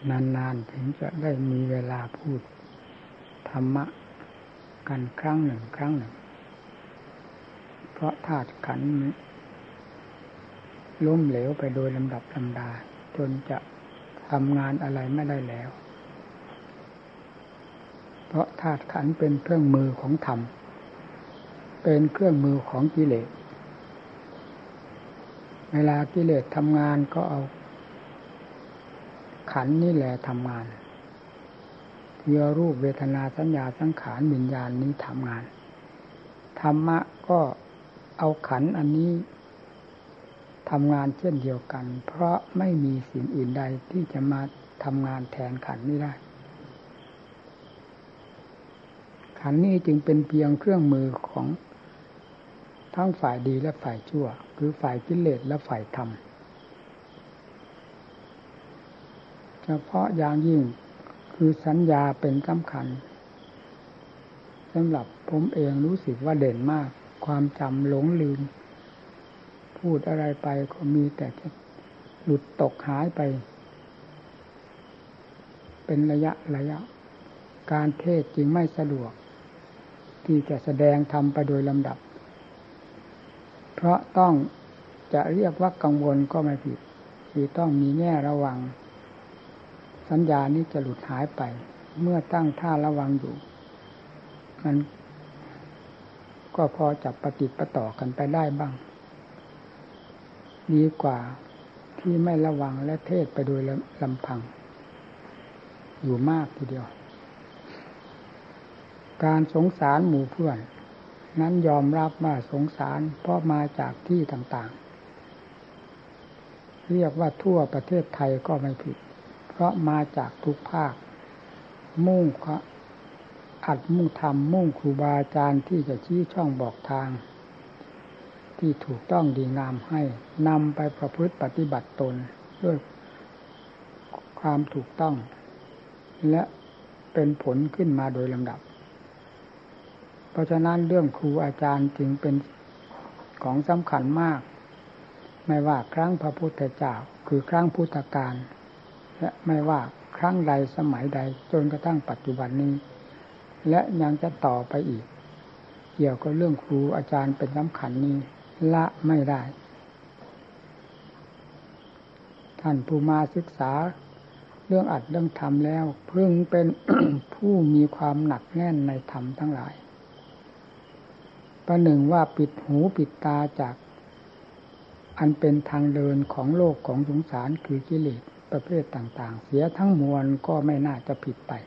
นานๆถึงจะได้มีเวลาพูดธรรมะกันครั้งหนึ่งเพราะธาตุขันธ์ล้มเหลวไปโดยลำดับลำดาจนจะทำงานอะไรไม่ได้แล้วเพราะธาตุขันธ์เป็นเครื่องมือของธรรมเป็นเครื่องมือของกิเลสเวลากิเลสทำงานก็เอาขันธ์นี่แหละทำงานคือรูปเวทนาสัญญาสังขารวิญญาณนี้ทำงานธรรมะก็เอาขันธ์อันนี้ทำงานเช่นเดียวกันเพราะไม่มีสิ่งอื่นใดที่จะมาทำงานแทนขันธ์นี้ได้ขันธ์นี้จึงเป็นเพียงเครื่องมือของทั้งฝ่ายดีและฝ่ายชั่วคือฝ่ายกิเลสและฝ่ายธรรมเฉพาะอย่างยิ่งคือสัญญาเป็นสำคัญสำหรับผมเองรู้สึกว่าเด่นมากความจำหลงลืมพูดอะไรไปก็มีแต่จะหลุดตกหายไปเป็นระยะการเทศจึงไม่สะดวกที่จะแสดงธรรมไปโดยลำดับเพราะต้องจะเรียกว่ากังวลก็ไม่ผิดคือต้องมีแง่ระวังสัญญานี้จะหลุดหายไปเมื่อตั้งท่าระวังอยู่มันก็พอจับปฏิปต่อกันไปได้บ้างดีกว่าที่ไม่ระวังและเทศไปโดยลำพังอยู่มากทีเดียวการสงสารหมู่เพื่อนนั้นยอมรับว่าสงสารเพราะมาจากที่ต่างๆเรียกว่าทั่วประเทศไทยก็ไม่ผิดเพราะมาจากทุกภาคมุ่งทำมุ่งครูบาอาจารย์ที่จะชี้ช่องบอกทางที่ถูกต้องดีงามให้นำไปประพฤติปฏิบัติตนด้วยความถูกต้องและเป็นผลขึ้นมาโดยลำดับเพราะฉะนั้นเรื่องครูอาจารย์จึงเป็นของสำคัญมากไม่ว่าครั้งพระพุทธเจ้าคือครั้งพุทธกาลและไม่ว่าครั้งใดสมัยใดจนกระทั่งปัจจุบันนี้และยังจะต่อไปอีกเกี่ยวกับเรื่องครูอาจารย์เป็นสำคัญนี้ละไม่ได้ท่านผู้มาศึกษาเรื่องอัดเรื่องธรรมแล้วพึงเป็น ผู้มีความหนักแน่นในธรรมทั้งหลายประหนึ่งว่าปิดหูปิดตาจากอันเป็นทางเดินของโลกของสงสารคือกิเลสประเภทต่างๆเสียทั้งมวลก็ไม่น่าจะผิดไป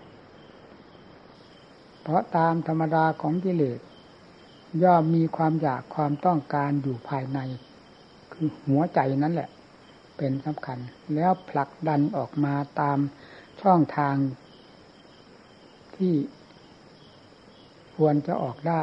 เพราะตามธรรมดาของกิเลสย่อมมีความอยากความต้องการอยู่ภายในคือหัวใจนั่นแหละเป็นสำคัญแล้วผลักดันออกมาตามช่องทางที่ควรจะออกได้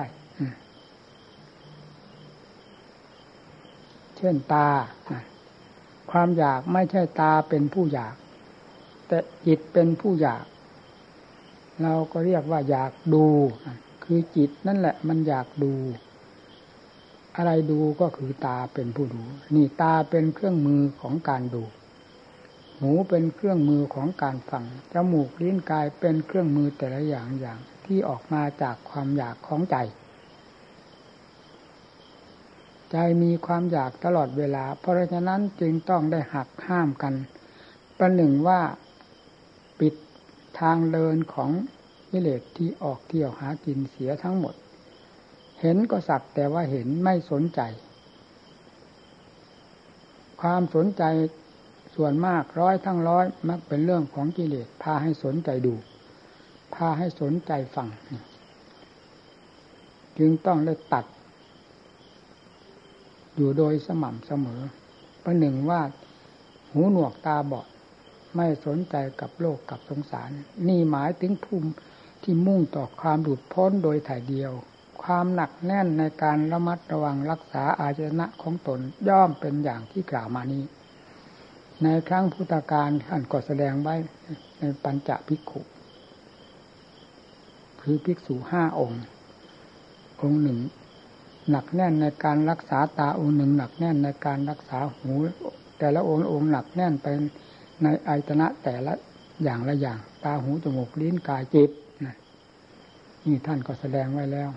เช่นตาความอยากไม่ใช่ตาเป็นผู้อยากแต่จิตเป็นผู้อยากเราก็เรียกว่าอยากดูคือจิตนั่นแหละมันอยากดูอะไรดูก็คือตาเป็นผู้ดูนี่ตาเป็นเครื่องมือของการดูหูเป็นเครื่องมือของการฟังจมูกลิ้นกายเป็นเครื่องมือแต่ละอย่างที่ออกมาจากความอยากของใจใจมีความอยากตลอดเวลาเพราะฉะนั้นจึงต้องได้หักห้ามกันประหนึ่งว่าปิดทางเดินของกิเลสที่ออกเที่ยวหากินเสียทั้งหมดเห็นก็สักแต่ว่าเห็นไม่สนใจความสนใจส่วนมากร้อยทั้งร้อยมักเป็นเรื่องของกิเลสพาให้สนใจดูพาให้สนใจฟังจึงต้องได้ตัดอยู่โดยสม่ำเสมอประหนึ่งว่าหูหนวกตาบอดไม่สนใจกับโลกกับสงสารนี่หมายถึงภูมิที่มุ่งต่อความหลุดพ้นโดยถ่ายเดียวความหนักแน่นในการระมัดระวังรักษาอาชนะของตนย่อมเป็นอย่างที่กล่าวมานี้ในครั้งพุทธกาลท่านก็แสดงไว้ในปัญจภิกขุคือภิกษุ5 องค์หนึ่งหนักแน่นในการรักษาตาองค์หนึ่งหนักแน่นในการรักษาหูแต่ละองค์หนักแน่นไปในอายตนะแต่ละอย่างละอย่างตาหูจมูกลิ้นกายจิตนี่ท่านก็แสดงไว้แล้ว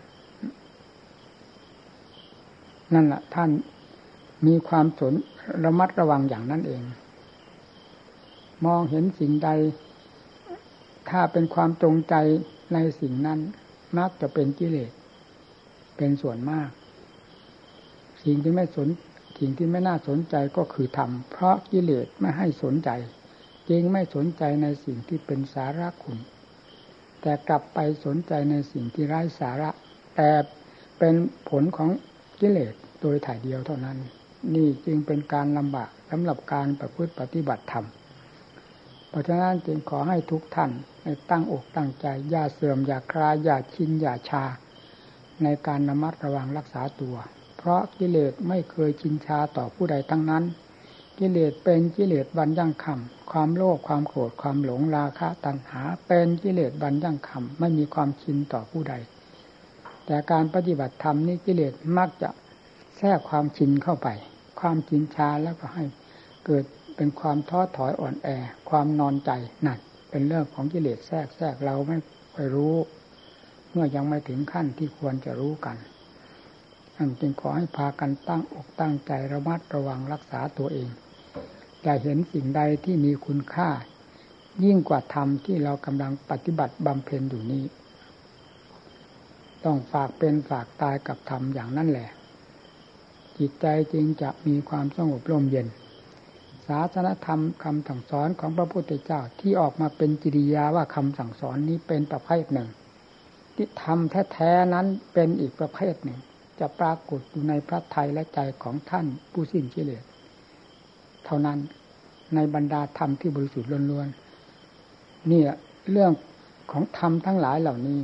นั่นแหละท่านมีความระมัดระวังอย่างนั้นเองมองเห็นสิ่งใดถ้าเป็นความจงใจในสิ่งนั้นมักจะเป็นกิเลสเป็นส่วนมากสิ่งที่ไม่น่าสนใจก็คือธรรมเพราะกิเลสไม่ให้สนใจจึงไม่สนใจในสิ่งที่เป็นสาระคุณแต่กลับไปสนใจในสิ่งที่ไร้สาระแต่เป็นผลของกิเลสโดยถ่ายเดียวเท่านั้นนี่จึงเป็นการลำบากสำหรับการประพฤติปฏิบัติธรรมเพราะฉะนั้นจึงขอให้ทุกท่านให้ตั้งอกตั้งใจอย่าเสื่อมอย่าคลายอย่าชินอย่าชาในการระมัดระวังรักษาตัวเพราะกิเลสไม่เคยชินชาต่อผู้ใดทั้งนั้นกิเลสเป็นกิเลสบันยั่งคำความโลภความโกรธความหลงราคะตัณหาเป็นกิเลสบันยั่งคำไม่มีความชินต่อผู้ใดแต่การปฏิบัติธรรมนี้กิเลสมักจะแทรกความชินเข้าไปความชินชาแล้วก็ให้เกิดเป็นความท้อถอยอ่อนแอความนอนใจนั่นเป็นเรื่องของกิเลสแทรกเราไม่ค่อยรู้เมื่อยังไม่ถึงขั้นที่ควรจะรู้กันจึงขอให้พากันตั้งอกตั้งใจระมัดระวังรักษาตัวเองอย่าเห็นสิ่งใดที่มีคุณค่ายิ่งกว่าธรรมที่เรากำลังปฏิบัติบำเพ็ญอยู่นี้ต้องฝากเป็นฝากตายกับธรรมอย่างนั้นแหละจิตใจจึงจะมีความสงบร่มเย็นศาสนธรรมคำสั่งสอนของพระพุทธเจ้าที่ออกมาเป็นกิริยาว่าคำสั่งสอนนี้เป็นประเภทหนึ่งที่ธรรมแท้ๆนั้นเป็นอีกประเภทหนึ่งจะปรากฏอยู่ในพระทัยและใจของท่านผู้สิ้นกิเลสเท่านั้นในบรรดาธรรมที่บริสุทธิ์ล้วนๆนี่เรื่องของธรรมทั้งหลายเหล่านี้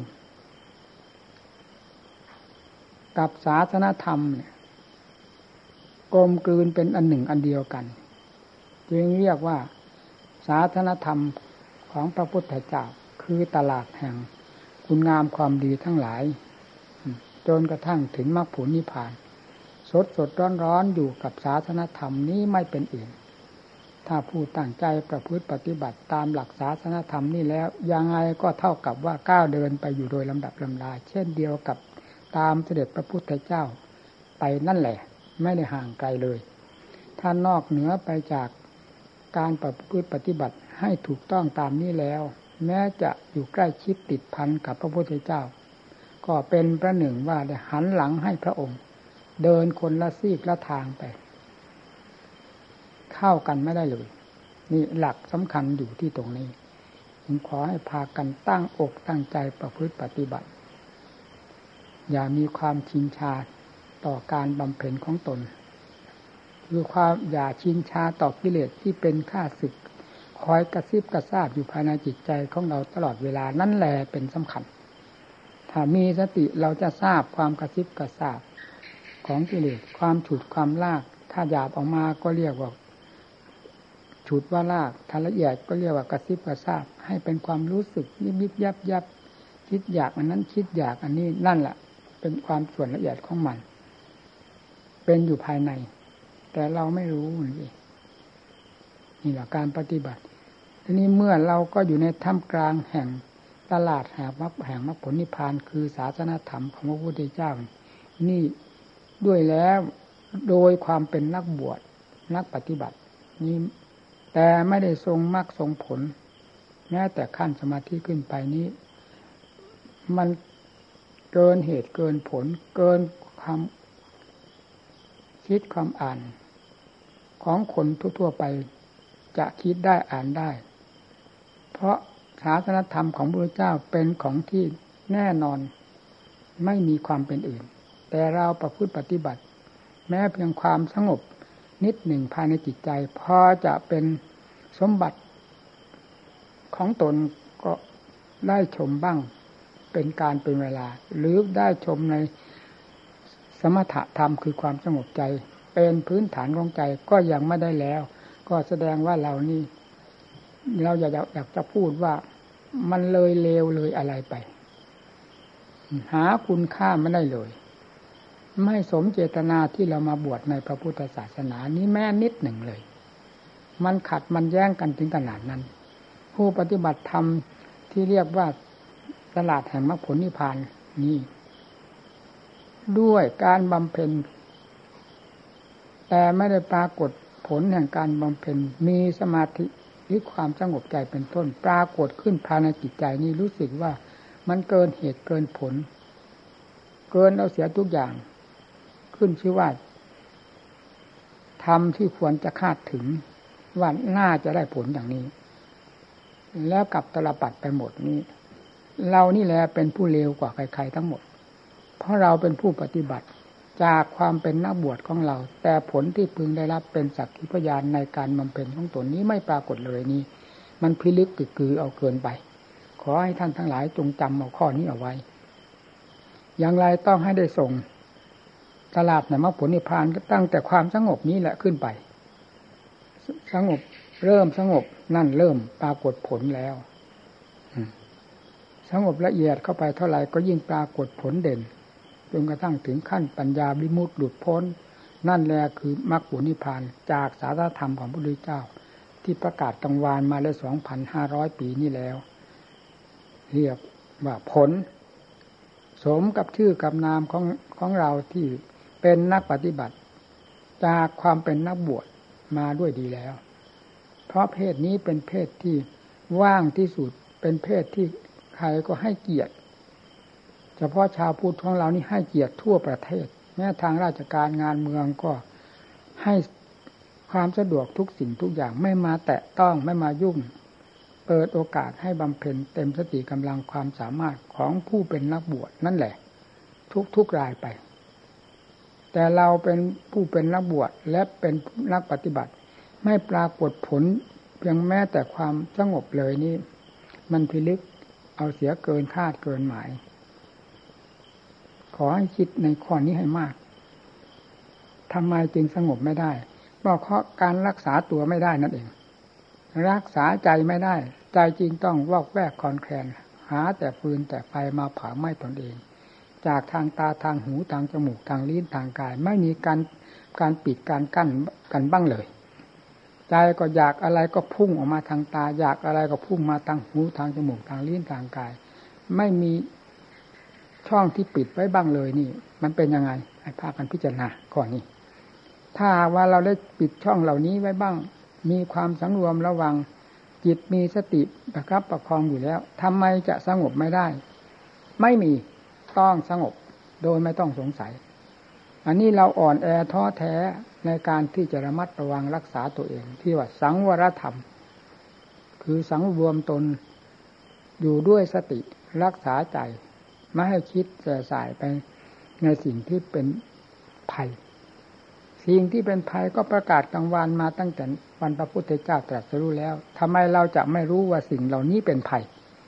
กับศาสนธรรมเนี่ยกลมกลืนเป็นอันหนึ่งอันเดียวกันจึงเรียกว่าศาสนธรรมของพระพุทธเจ้าคือตลาดแห่งคุณงามความดีทั้งหลายจนกระทั่งถึงมรรคผลนิพพานสดร้อนอยู่กับศาสนธรรมนี้ไม่เป็นอื่นถ้าผู้ตั้งใจประพฤติปฏิบัติตามหลักศาสนธรรมนี้แล้วยังไงก็เท่ากับว่าก้าวเดินไปอยู่โดยลำดับลำดาเช่นเดียวกับตามเสด็จพระพุทธเจ้าไปนั่นแหละไม่ได้ห่างไกลเลยถ้านอกเหนือไปจากการประพฤติปฏิบัติให้ถูกต้องตามนี้แล้วแม้จะอยู่ใกล้ชิดติดพันกับพระพุทธเจ้าก็เป็นประหนึ่งว่าได้หันหลังให้พระองค์เดินคนละซีกละทางไปเข้ากันไม่ได้เลยนี่หลักสำคัญอยู่ที่ตรงนี้ผมขอให้พากันตั้งอกตั้งใจประพฤติปฏิบัติอย่ามีความชินชาต่อการบำเพ็ญของตนคือความอย่าชินชาต่อกิเลสที่เป็นข้าศึกคอยกระซิบกระซาบอยู่ภายในจิตใจของเราตลอดเวลานั่นแหละเป็นสำคัญถ้ามีสติเราจะทราบความกระซิบกระซาบของกิเลสความฉุดความลากถ้าหยาบออกมาก็เรียกว่าฉุดว่าลากถ้าละเอียดก็เรียกว่ากระซิบกระซาบให้เป็นความรู้สึกยิบยับคิดอยากอันนั้นคิดอยากอันนี้นั่นแหละเป็นความส่วนละเอียดของมันเป็นอยู่ภายในแต่เราไม่รู้นี่แหละการปฏิบัติทีนี้เมื่อเราก็อยู่ในท่ามกลางแห่งตลาดแห่งมรรคผลนิพพานคือศาสนธรรมของพระพุทธเจ้านี่ด้วยแล้วโดยความเป็นนักบวชนักปฏิบัตินี่แต่ไม่ได้ทรงมรรคทรงผลแม้แต่ขั้นสมาธิขึ้นไปนี้มันเกินเหตุเกินผลเกินความคิดความอ่านของคนทั่วๆไปจะคิดได้อ่านได้เพราะศาสนธรรมของพระพุทธเจ้าเป็นของที่แน่นอนไม่มีความเป็นอื่นแต่เราประพฤติปฏิบัติแม้เพียงความสงบนิดหนึ่งภายในจิตใจพอจะเป็นสมบัติของตนก็ได้ชมบ้างเป็นการเป็นเวลาหรือได้ชมในสมถะธรรมคือความสงบใจเป็นพื้นฐานของใจก็ยังไม่ได้แล้วก็แสดงว่าเรานี่เราอยากจะพูดว่ามันเลยเลวเลยอะไรไปหาคุณค่าไม่ได้เลยไม่สมเจตนาที่เรามาบวชในพระพุทธศาสนานี้แม้นิดหนึ่งเลยมันขัดมันแย้งกันถึงขนาดนั้นผู้ปฏิบัติธรรมที่เรียกว่าตลาดแห่งมรรคผลนิพพานนี้ด้วยการบำเพ็ญแต่ไม่ได้ปรากฏผลแห่งการบำเพ็ญมีสมาธิหรือความสงบใจเป็นต้นปรากฏขึ้นภายในจิตใจนี้รู้สึกว่ามันเกินเหตุเกินผลเกินเอาเสียทุกอย่างขึ้นชื่อว่าธรรมที่ควรจะคาดถึงว่าน่าจะได้ผลอย่างนี้แล้วกลับตลปัดไปหมดนี้เรานี่แหละเป็นผู้เลวกว่าใครๆทั้งหมดเพราะเราเป็นผู้ปฏิบัติจากความเป็นนักบวชของเราแต่ผลที่พึงได้รับเป็นสักขีพยานในการบำเพ็ญของตนนี้ไม่ปรากฏเลยนี้มันพิลึกกึกกือเอาเกินไปขอให้ท่านทั้งหลายจงจำเอาข้อนี้เอาไว้อย่างไรต้องให้ได้ส่งตลาดในมรรคผลนิพพานก็ตั้งแต่ความสงบนี้แหละขึ้นไปสงบเริ่มสงบนั่นเริ่มปรากฏผลแล้วสงบละเอียดเข้าไปเท่าไหร่ก็ยิ่งปรากฏผลเด่นจนกระทั่งถึงขั้นปัญญาวิมุตติหลุดพ้นนั่นแหละคือมรรคผลนิพพานจากศาสนธรรมของพระพุทธเจ้าที่ประกาศกังวานมาแล้ว 2,500 ปีนี้แล้วเรียกว่าผลสมกับชื่อกับนามของเราที่เป็นนักปฏิบัติจากความเป็นนักบวชมาด้วยดีแล้วเพราะเพศนี้เป็นเพศที่ว่างที่สุดเป็นเพศที่ใครก็ให้เกียรติเฉพาะชาวพุทธของเรานี่ให้เกียรติทั่วประเทศแม้ทางราชการงานเมืองก็ให้ความสะดวกทุกสิ่งทุกอย่างไม่มาแตะต้องไม่มายุ่งเปิดโอกาสให้บำเพ็ญเต็มสติกำลังความสามารถของผู้เป็นนักบวชนั่นแหละทุกรายไปแต่เราเป็นผู้เป็นนักบวชและเป็นนักปฏิบัติไม่ปรากฏผลเพียงแม้แต่ความสงบเลยนี่มันพิลึกเอาเสียเกินคาดเกินหมายขอให้คิดในข้อนี้ให้มากทำไมจึงสงบไม่ได้เพราะการรักษาตัวไม่ได้นั่นเองรักษาใจไม่ได้ใจจริงต้องวอกแวกคลอนแคลนหาแต่ฟืนแต่ไฟมาเผาไหม้ตนเองจากทางตาทางหูทางจมูกทางลิ้นทางกายไม่มีการปิดการกั้นกันบ้างเลยใจก็อยากอะไรก็พุ่งออกมาทางตาอยากอะไรก็พุ่งมาทางหูทางจมูกทางลิ้นทางกายไม่มีช่องที่ปิดไว้บ้างเลยนี่มันเป็นยังไงให้พากันพิจารณาข้อนี้ถ้าว่าเราได้ปิดช่องเหล่านี้ไว้บ้างมีความสังรวมระวังจิตมีสติประคับประคองอยู่แล้วทำไมจะสงบไม่ได้ไม่มีต้องสงบโดยไม่ต้องสงสัยอันนี้เราอ่อนแอท้อแท้ในการที่จะระมัดระวังรักษาตัวเองที่ว่าสังวรธรรมคือสังรวมตนอยู่ด้วยสติรักษาใจไม่ให้คิดแส่สายไปในสิ่งที่เป็นภัยสิ่งที่เป็นภัยก็ประกาศกลางวันมาตั้งแต่วันพระพุทธเจ้าตรัสรู้แล้วทำไมเราจะไม่รู้ว่าสิ่งเหล่านี้เป็นภัย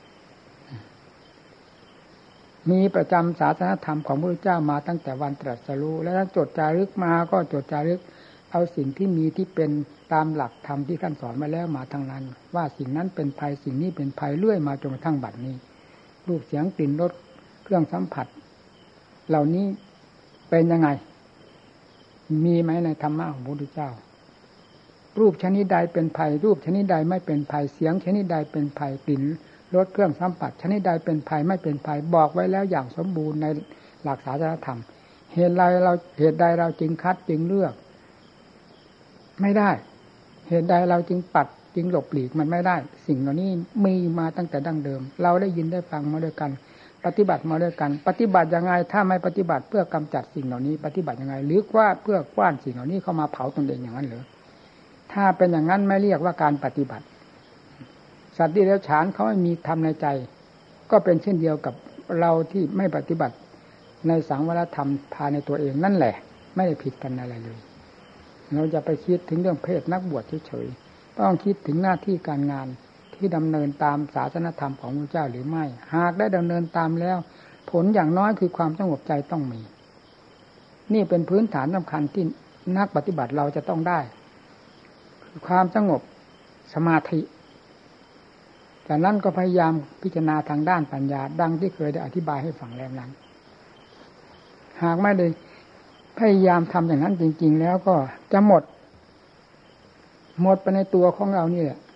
มีประจำศาสนธรรมของพระพุทธเจ้ามาตั้งแต่วันตรัสรู้และถ้าจดจารึกมาก็จดจารึกเอาสิ่งที่มีที่เป็นตามหลักธรรมที่ท่านสอนมาแล้วมาทั้งนั้นว่าสิ่งนั้นเป็นภัยสิ่งนี้เป็นภัยเรื่อยมาจนกระทั่งบัดนี้รูปเสียงกลิ่นรสเครื่องสัมผัสเหล่านี้เป็นยังไงมีไหมในธรรมะของพระพุทธเจ้ารูปชนิดใดเป็นภัยรูปชนิดใดไม่เป็นภัยเสียงชนิดใดเป็นภัยกลิ่นรสเครื่องสัมผัสชนิดใดเป็นภัยไม่เป็นภัยบอกไว้แล้วอย่างสมบูรณ์ในหลักศาสนธรรมเหตุใดเราจึงคัดจึงเลือกไม่ได้เหตุใดเราจึงปัดจึงหลบหลีกมันไม่ได้สิ่งเหล่านี้มีมาตั้งแต่ดั้งเดิมเราได้ยินได้ฟังมาด้วยกันปฏิบัติมาด้วยกันปฏิบัติยังไงถ้าไม่ปฏิบัติเพื่อกำจัดสิ่งเหล่านี้ปฏิบัติยังไงหรือว่าเพื่อกว้านสิ่งเหล่านี้เข้ามาเผาตนเองอย่างนั้นหรือถ้าเป็นอย่างนั้นไม่เรียกว่าการปฏิบัติสัตว์ที่เลี้ยงฉานเขาไม่มีธรรมในใจก็เป็นเช่นเดียวกับเราที่ไม่ปฏิบัติในสังวรธรรมภายในตัวเองนั่นแหละไม่ได้ผิดกันอะไรเลยเราจะไปคิดถึงเรื่องเพศนักบวชเฉยๆต้องคิดถึงหน้าที่การงานที่ดำเนินตามศาสนธรรมของพระเจ้าหรือไม่หากได้ดำเนินตามแล้วผลอย่างน้อยคือความสงบใจต้องมีนี่เป็นพื้นฐานสำคัญที่นักปฏิบัติเราจะต้องได้คือความสงบสมาธิจากนั้นก็พยายามพิจารณาทางด้านปัญญาดังที่เคยได้อธิบายให้ฟังแล้วนั้นหากไม่ได้พยายามทำอย่างนั้นจริงๆแล้วก็จะหมดไปในตัวของเรานี่แหละ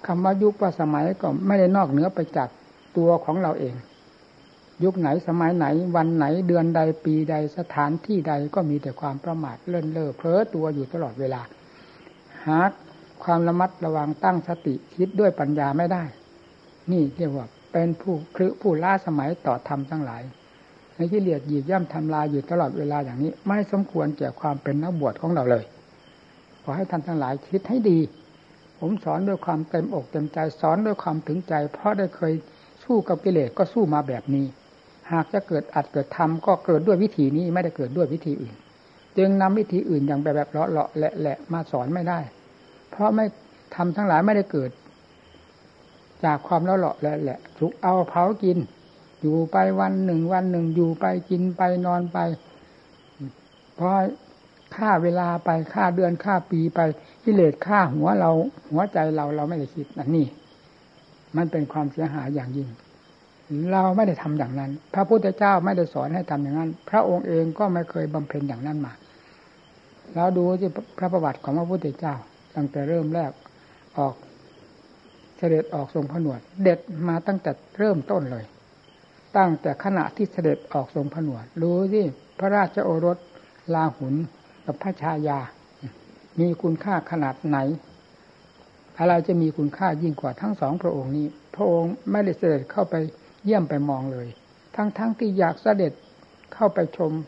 คำว่ายุคว่าสมัยก็ไม่ได้นอกเหนือไปจากตัวของเราเองยุคไหนสมัยไหนวันไหนเดือนใดปีใดสถานที่ใดก็มีแต่ความประมาทเลิ่นเล่อเพ้อตัวอยู่ตลอดเวลาหาความระมัดระวังตั้งสติคิดด้วยปัญญาไม่ได้นี่เรียกว่าเป็นผู้ล้าสมัยต่อธรรมทั้งหลายในที่เหลียดหยีบย่ำทำลายอยู่ตลอดเวลาอย่างนี้ไม่สมควรแก่ความเป็นนักบวชของเราเลยขอให้ท่านทั้งหลายคิดให้ดีผมสอนด้วยความเต็มอกเต็มใจสอนด้วยความถึงใจเพราะได้เคยสู้กับกิเลสก็สู้มาแบบนี้หากจะเกิดอัดเกิดทำก็เกิดด้วยวิธีนี้ไม่ได้เกิดด้วยวิธีอื่นจึงนำวิธีอื่นอย่างแบบเลาะแหละมาสอนไม่ได้เพราะไม่ทำทั้งหลายไม่ได้เกิดจากความเลาะแหละถูกเอาเผากินอยู่ไปวันหนึ่งอยู่ไปกินไปนอนไปเพราะฆ่าเวลาไปฆ่าเดือนฆ่าปีไปกิเลสฆ่าหัวใจเราไม่ได้คิดนี่มันเป็นความเสียหายอย่างยิ่งเราไม่ได้ทำอย่างนั้นพระพุทธเจ้าไม่ได้สอนให้ทำอย่างนั้นพระองค์เองก็ไม่เคยบำเพ็ญอย่างนั้นมาเราดูที่พระประวัติของพระพุทธเจ้าตั้งแต่เริ่มแรกออกเสด็จออกทรงผนวดเด็ดมาตั้งแต่เริ่มต้นเลยตั้งแต่ขณะที่เสด็จออกทรงผนวดรู้สิพระราชโอรสลาหุนกับพระชายามีคุณค่าขนาดไหนอะไรจะมีคุณค่ายิ่งกว่าทั้งสองพระองค์นี้พระองค์ไม่ได้เสด็จเข้าไปเยี่ยมไปมองเลยทั้งที่อยากเสด็จเข้าไปชม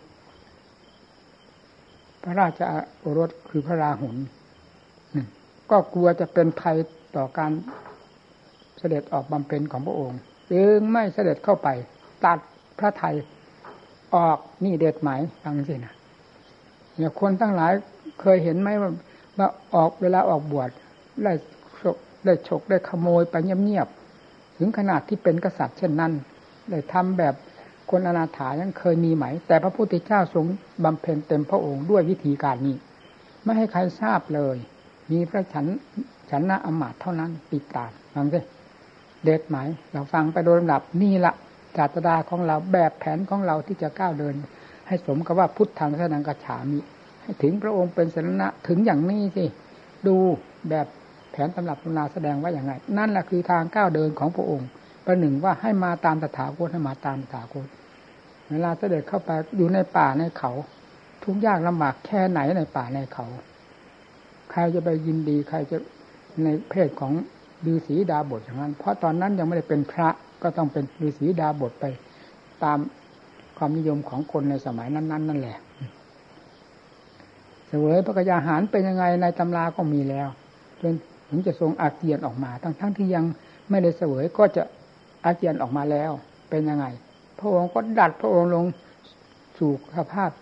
พระราชโอรสคือพระราหุลก็กลัวจะเป็นภัยต่อการเสด็จออกบำเพ็ญของพระองค์จึงไม่เสด็จเข้าไปตัดพระทัยออกนี่เด็ดหมายฟังสินะเนี่ยคนทั้งหลายเคยเห็นไหมว่าออกเวลาออกบวชได้ฉกได้ขโมยไปเงียบๆถึงขนาดที่เป็นกษัตริย์เช่นนั้นได้ทำแบบคนอนาถายังเคยมีไหมแต่พระพุทธเจ้าทรงบำเพ็ญเต็มพระองค์ด้วยวิธีการนี้ไม่ให้ใครทราบเลยมีพระฉันนะอมาตย์เท่านั้นติดตามฟังสิเด็ดหมายเราฟังไปโดยลำดับนี่ละศาสดาของเราแบบแผนของเราที่จะก้าวเดินให้สมกับว่าพุทธังสรณังคัจฉามิให้ถึงพระองค์เป็นสรณะถึงอย่างนี้สิดูแบบแผนตำรับตำราแสดงว่าอย่างไรนั่นแหละคือทางก้าวเดินของพระองค์ประหนึ่งว่าให้มาตามตถาคตให้มาตามตถาคตเวลาเสด็จเข้าไปอยู่ในป่าในเขาทุกข์ยากลำบากแค่ไหนในป่าในเขาใครจะไปยินดีใครจะในเพศของฤาษีดาบทอย่างนั้นเพราะตอนนั้นยังไม่ได้เป็นพระก็ต้องเป็นฤาษีดาบทไปตามความนิยมของคนในสมัยนั้นนั่นแหละเสวยพระกยาหารเป็นยังไงในตำราก็มีแล้วจนถึงจะทรงอาเจียนออกมาทั้งที่ยังไม่ได้เสวยก็จะอาเจียนออกมาแล้วเป็นยังไงพระองค์ก็ดัดพระองค์ลงสู่สภาพ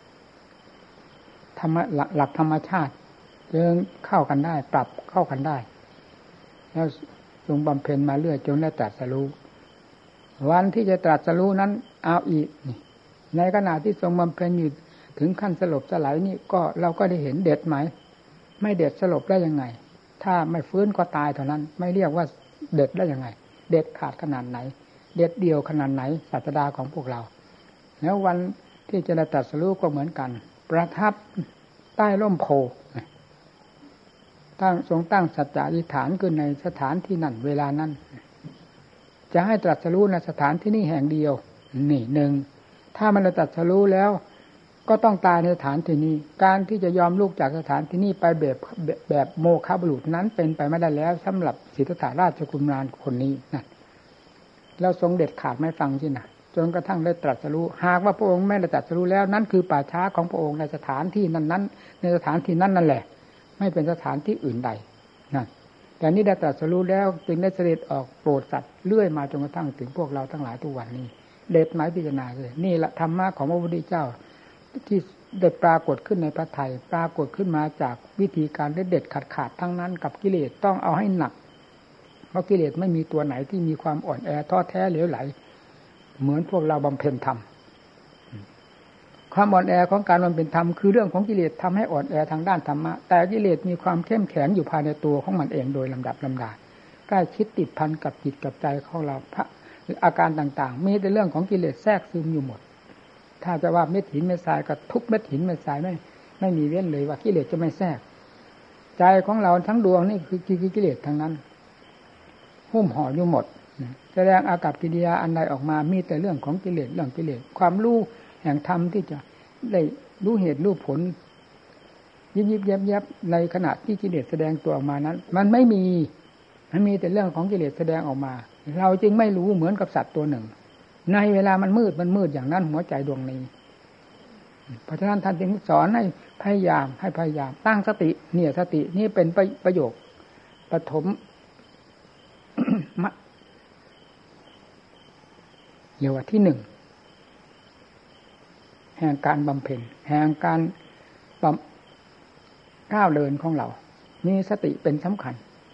ธรรมหลักธรรมชาติจึงเข้ากันได้ปรับเข้ากันได้แล้วทรงบำเพ็ญมาเรื่อยจนได้ตรัสรู้วันที่จะตรัสรู้นั้นเอาอีกนี่ในขณะที่ทรงบำเพ็ญอยู่ถึงขั้นสลบสลายนี่ก็เราก็ได้เห็นเด็ดไหมไม่เด็ดสลบได้ยังไงถ้าไม่ฟื้นก็ตายเท่านั้นไม่เรียกว่าเด็ดได้ยังไงเด็ดขาดขนาดไหนเด็ดเดียวขนาดไหนศาสดาของพวกเราแล้ววันที่จะได้ตรัสรู้ก็เหมือนกันประทับใต้ร่มโพทรงตั้งสัจจะอธิษฐานขึ้นในสถานที่นั้นเวลานั้นจะให้ตรัสรู้ในสถานที่นี้แห่งเดียวนี่หนึ่งถ้ามันตรัสรู้แล้วก็ต้องตายในสถานที่นี้การที่จะยอมลุกจากสถานที่นี้ไปแบบโมฆะบุรุษนั้นเป็นไปไม่ได้แล้วสำหรับสิทธัตถะราชกุมารคนนี้นะแล้วทรงเด็ดขาดไม่ฟังสินะจนกระทั่งได้ตรัสรู้หากว่าพระองค์ไม่ได้ตรัสรู้แล้วนั่นคือป่าช้าของพระองค์ในสถานที่นั้นในสถานที่นั้นนั่นแหละไม่เป็นสถานที่อื่นใดนั่นแต่นี้ได้ตรัสรู้แล้วจึงได้เสด็จออกโปรดสัตว์เลื่อยมาจนกระทั่งถึงพวกเราทั้งหลายทุกวันนี้เด็ดหมายพิจารณาเลยนี่แหละธรรมะของพระพุทธเจ้าที่ได้ปรากฏขึ้นในพระทัยปรากฏขึ้นมาจากวิธีการเด็ดขาดทั้งนั้นกับกิเลสต้องเอาให้หนักเพราะกิเลสไม่มีตัวไหนที่มีความอ่อนแอท้อแท้เหลวไหลเหมือนพวกเราบำเพ็ญธรรมความอ่อนแอของการบำเพ็ญธรรมคือเรื่องของกิเลสทำให้อ่อนแอทางด้านธรรมะแต่กิเลสมีความเข้มแข็งอยู่ภายในตัวของมันเองโดยลำดับลำดาใกล้ชิดติดพันกับจิตกับใจของเราอาการต่างๆมีแต่เรื่องของกิเลสแทรกซึมอยู่หมดถ้าจะว่าเม็ดหินเม็ดทรายก็ทุกเม็ดหินเม็ดทรายไม่มีเว้นเลยว่ากิเลสจะไม่แทรกใจของเราทั้งดวงนี่คือกิเลสทั้งนั้นหุ้มห่ออยู่หมดแสดงอากัปกิริยาอันใดออกมามีแต่เรื่องของกิเลสเรื่องกิเลสความรู้แห่งธรรมที่จะได้รู้เหตุรู้ผลยิบแยบในขณะที่กิเลสแสดงตัวออกมานั้นมันไม่มีมันมีแต่เรื่องของกิเลสแสดงออกมาเราจึงไม่รู้เหมือนกับสัตว์ตัวหนึ่งในเวลามันมืดอย่างนั้นหัวใจดวงนี้เพราะฉะนั้นท่านจึงสอนให้พยายามตั้งสติเนี่ยสตินี่เป็นประโยคปฐม เรียกว่าที่หนึ่งแห่งการบำเพ็ญแห่งการก้าวเดินของเรามีสติเป็นสำคัญ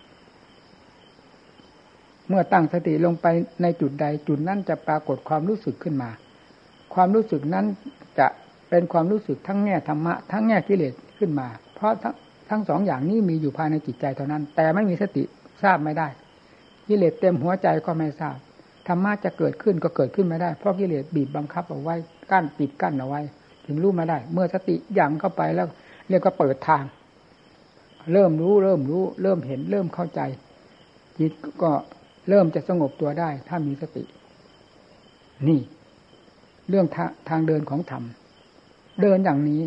เมื่อตั้งสติลงไปในจุดใดจุดนั้นจะปรากฏความรู้สึกขึ้นมาความรู้สึกนั้นจะเป็นความรู้สึกทั้งแง่ธรรมะทั้งแง่กิเลสขึ้นมาเพราะทั้งสองอย่างนี้มีอยู่ภายในจิตใจเท่านั้นแต่ไม่มีสติทราบไม่ได้กิเลสเต็มหัวใจก็ไม่ทราบธรรมะจะเกิดขึ้นก็เกิดขึ้นไม่ได้เพราะกิเลสบีบบังคับเอาไว้ปิดกั้นเอาไว้ถึงรู้ไม่ได้เมื่อสติยั่งเข้าไปแล้วเรียกว่าเปิดทางเริ่มรู้เริ่มเห็นเริ่มเข้าใจจิตก็เริ่มจะสงบตัวได้ถ้ามีสตินี่เรื่องทางเดินของธรรมเดินอย่างนี้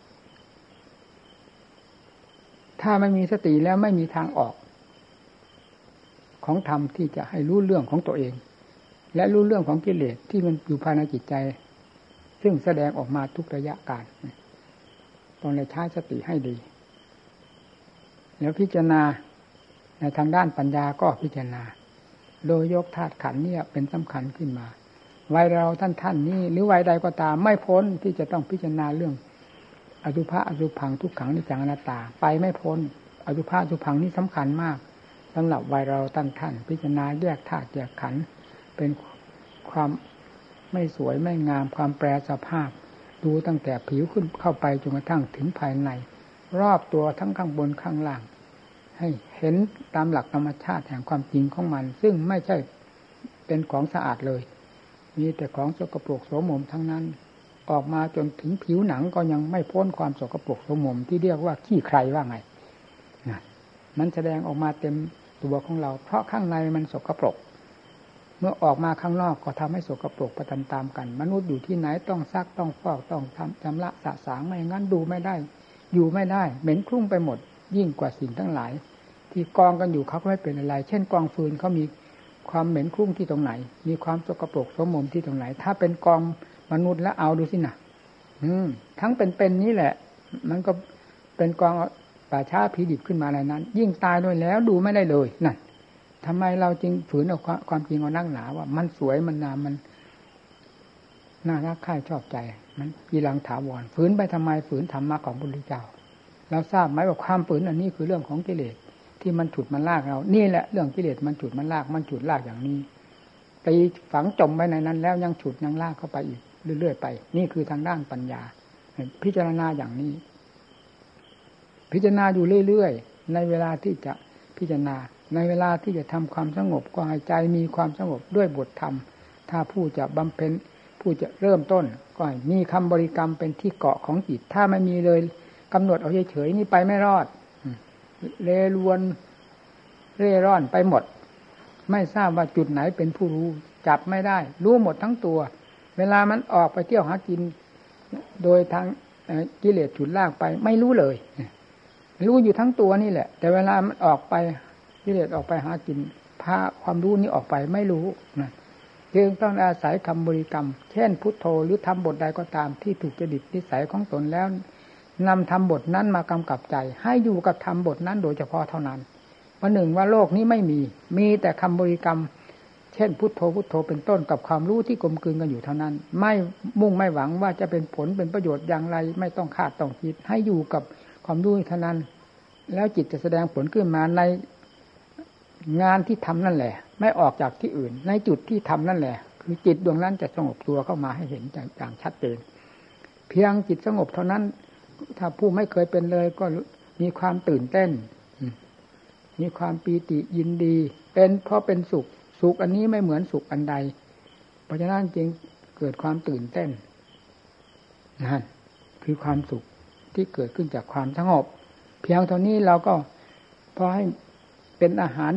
ถ้าไม่มีสติแล้วไม่มีทางออกของธรรมที่จะให้รู้เรื่องของตัวเองและรู้เรื่องของกิเลสที่มันอยู่ภายในจิตใจซึ่งแสดงออกมาทุกระยะการต้องใช้สติให้ดีแล้วพิจารณาในทางด้านปัญญาก็พิจารณาโดยยกธาตุขันธ์นี่เป็นสำคัญขึ้นมาวัยเราท่านนี้หรือวัยใดก็ตามไม่พ้นที่จะต้องพิจารณาเรื่องอสุภะอสุภังทุกขังนิจจังอนัตตาไปไม่พ้นอสุภะอสุภังนี่สำคัญมากสำหรับวัยเราท่านพิจารณาแยกธาตุแยกขันธ์เป็นความไม่สวยไม่งามความแปรสภาพดูตั้งแต่ผิวขึ้นเข้าไปจนกระทั่งถึงภายในรอบตัวทั้งข้างบนข้างล่างให้เห็นตามหลักธรรมชาติแห่งความจริงของมันซึ่งไม่ใช่เป็นของสะอาดเลยมีแต่ของสกปรกโสมมทั้งนั้นออกมาจนถึงผิวหนังก็ยังไม่พ้นความสกปรกโสมมที่เรียกว่าขี้ใครว่าไงมันแสดงออกมาเต็มตัวของเราเพราะข้างในมันสกปรกเมื่อออกมาข้างนอกก็ทำให้สกปรกไปตามๆกันมนุษย์อยู่ที่ไหนต้องซักต้องฟอกต้องชำระสะสางไม่งั้นดูไม่ได้อยู่ไม่ได้เหม็นคลุ้งไปหมดยิ่งกว่าสิ่งทั้งหลายที่กองกันอยู่เขาก็ไม่เป็นอะไรเช่นกองฟืนเขามีความเหม็นคลุ้งที่ตรงไหนมีความสกปรกโสมมที่ตรงไหนถ้าเป็นกองมนุษย์แล้วเอาดูสินะทั้งเป็นนี้แหละมันก็เป็นกองป่าช้าผีดิบขึ้นมาในนั้นยิ่งตายด้วยแล้วดูไม่ได้เลยนั่นทำไมเราจึงฝืนเอาความจริงเอานั่งหนาว่ามันสวยมันงามมันน่ารักใคร่ชอบใจมันกีรังถาวรฝืนไปทำไมฝืนธรรมะของพระพุทธเจ้าเราทราบไหมว่าความฝืนอันนี้คือเรื่องของกิเลสที่มันฉุดมันลากเรานี่แหละเรื่องกิเลสมันฉุดมันลากอย่างนี้ตีฝังจมไว้ในนั้นแล้วยังฉุดยังลากเข้าไปอีกเรื่อยๆไปนี่คือทางด้านปัญญาพิจารณาอย่างนี้พิจารณาอยู่เรื่อยๆในเวลาที่จะพิจารณาในเวลาที่จะทำความสงบก็ให้ใจมีความสงบด้วยบทธรรมถ้าผู้จะบำเพ็ญผู้จะเริ่มต้นก็มีคำบริกรรมเป็นที่เกาะของจิตถ้าไม่มีเลยกำหนดเอาเฉยๆนี่ไปไม่รอดเร่ร่อนไปหมดไม่ทราบว่าจุดไหนเป็นผู้รู้จับไม่ได้รู้หมดทั้งตัวเวลามันออกไปเที่ยวหากินโดยทางกิเลสฉุดลากไปไม่รู้เลยรู้อยู่ทั้งตัวนี่แหละแต่เวลามันออกไปกิเลสออกไปหากินพาความรู้นี้ออกไปไม่รู้นะจึงต้องอาศัยคำบริกรรมเช่นพุทโธหรือทำบทใดก็ตามที่ถูกจริตนิสัยของตนแล้วนำทำบทนั้นมากำกับใจให้อยู่กับทำบทนั้นโดยเฉพาะเท่านั้นวันหนึ่งว่าโลกนี้ไม่มีแต่คำบริกรรมเช่นพุทโธเป็นต้นกับความรู้ที่กลมกลืนกันอยู่เท่านั้นไม่มุ่งไม่หวังว่าจะเป็นผลเป็นประโยชน์อย่างไรไม่ต้องคาดต้องคิดให้อยู่กับความรู้เท่านั้นแล้วจิตจะแสดงผลขึ้นมาในงานที่ทำนั่นแหละไม่ออกจากที่อื่นในจุดที่ทำนั่นแหละคือจิตดวงนั้นจะสงบตัวเข้ามาให้เห็นอย่างชัดเจนเพียงจิตสงบเท่านั้นถ้าผู้ไม่เคยเป็นเลยก็มีความตื่นเต้นมีความปีติยินดีเป็นเพราะเป็นสุขอันนี้ไม่เหมือนสุขอันใดเพราะฉะนั้นจึงเกิดความตื่นเต้นนั่นคือความสุขที่เกิดขึ้นจากความสงบเพียงเท่านี้เราก็พอให้เป็นอาหารเค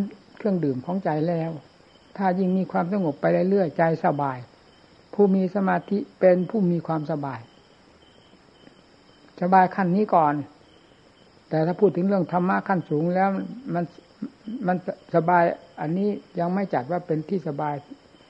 รื่องดื่มของใจแล้วถ้ายิ่งมีความสงบไปเรื่อยๆใจสบายผู้มีสมาธิเป็นผู้มีความสบายขั้นนี้ก่อนแต่ถ้าพูดถึงเรื่องธรรมะขั้นสูงแล้วมันสบายอันนี้ยังไม่จัดว่าเป็นที่สบาย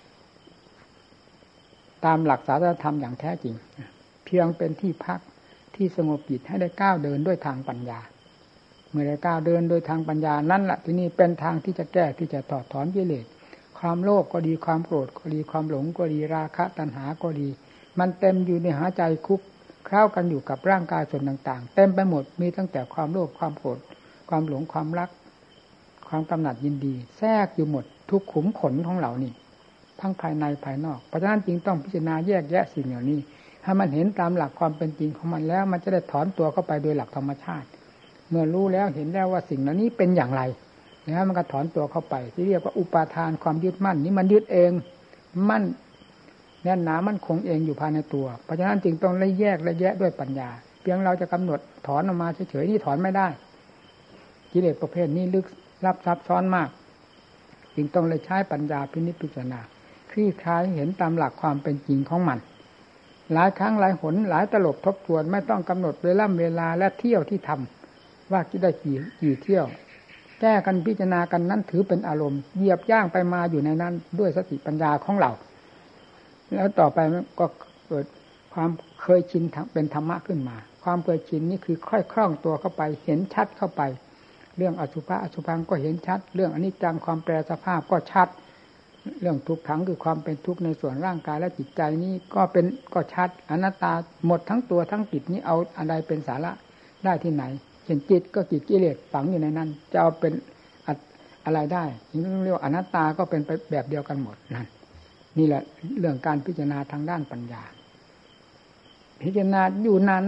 ตามหลักศาสนธรรมอย่างแท้จริงเพียงเป็นที่พักที่สงบจิตให้ได้ก้าวเดินด้วยทางปัญญาเมื่อได้ก้าวเดินโดยทางปัญญานั่นแหละที่นี่เป็นทางที่จะแก้ที่จะถอดถอนกิเลสความโลภก็ดีความโกรธก็ดีความหลงก็ดีราคะตัณหาก็ดีมันเต็มอยู่ในหัวใจคุกคล้ากันอยู่กับร่างกายส่วนต่างๆเต็มไปหมดมีตั้งแต่ความโลภความโกรธความหลงความรักความกำหนัดยินดีแทรกอยู่หมดทุกขุมขนของเหล่านี้ทั้งภายในภายนอกเพราะฉะนั้นจึงต้องพิจารณาแยกแยะสิ่งเหล่านี้ถ้ามันเห็นตามหลักความเป็นจริงของมันแล้วมันจะได้ถอนตัวเข้าไปโดยหลักธรรมชาติเมื่อรู้แล้วเห็นแล้วว่าสิ่งเหล่านี้เป็นอย่างไรแล้วมันก็ถอนตัวเข้าไปที่เรียกว่าอุปาทานความยึดมั่นนี้มันยึดเองมั่นแน่นหนามั่นคงเองอยู่ภายในตัวเพราะฉะนั้นจึงต้องละแยกละแยะด้วยปัญญาเพียงเราจะกำหนดถอนออกมาเฉยๆนี่ถอนไม่ได้กิเลสประเภทนี้ลึกลับซับซ้อนมากจึงต้องเลยใช้ปัญญาพินิจพิจารณาคลี่คลายเห็นตามหลักความเป็นจริงของมันหลายครั้งหลายหนหลายตลบทบทวนไม่ต้องกำหนดเวลาและเที่ยวที่ทำว่าจะได้กี่เที่ยวแก้กันพิจารณากันนั้นถือเป็นอารมณ์เหยียบย่างไปมาอยู่ในนั้นด้วยสติปัญญาของเราแล้วต่อไปก็เกิดความเคยชินเป็นธรรมะขึ้นมาความเคยชินนี่คือค่อยคล่องตัวเข้าไปเห็นชัดเข้าไปเรื่องอสุภะอสุภังก็เห็นชัดเรื่องอนิจจังความแปรสภาพก็ชัดเรื่องทุกขังคือความเป็นทุกข์ในส่วนร่างกายและจิตใจนี้ก็ชัดอนัตตาหมดทั้งตัวทั้งจิตนี้เอาอะไรเป็นสาระได้ที่ไหนเช่นจิตก็จิตกิเลสฝังอยู่ในนั้นจะเอาเป็นอะไรได้เรียกว่าอนัตตาก็เป็นไปแบบเดียวกันหมดนั่นนี่แหละเรื่องการพิจารณาทางด้านปัญญาพิจารณาอยู่นั้น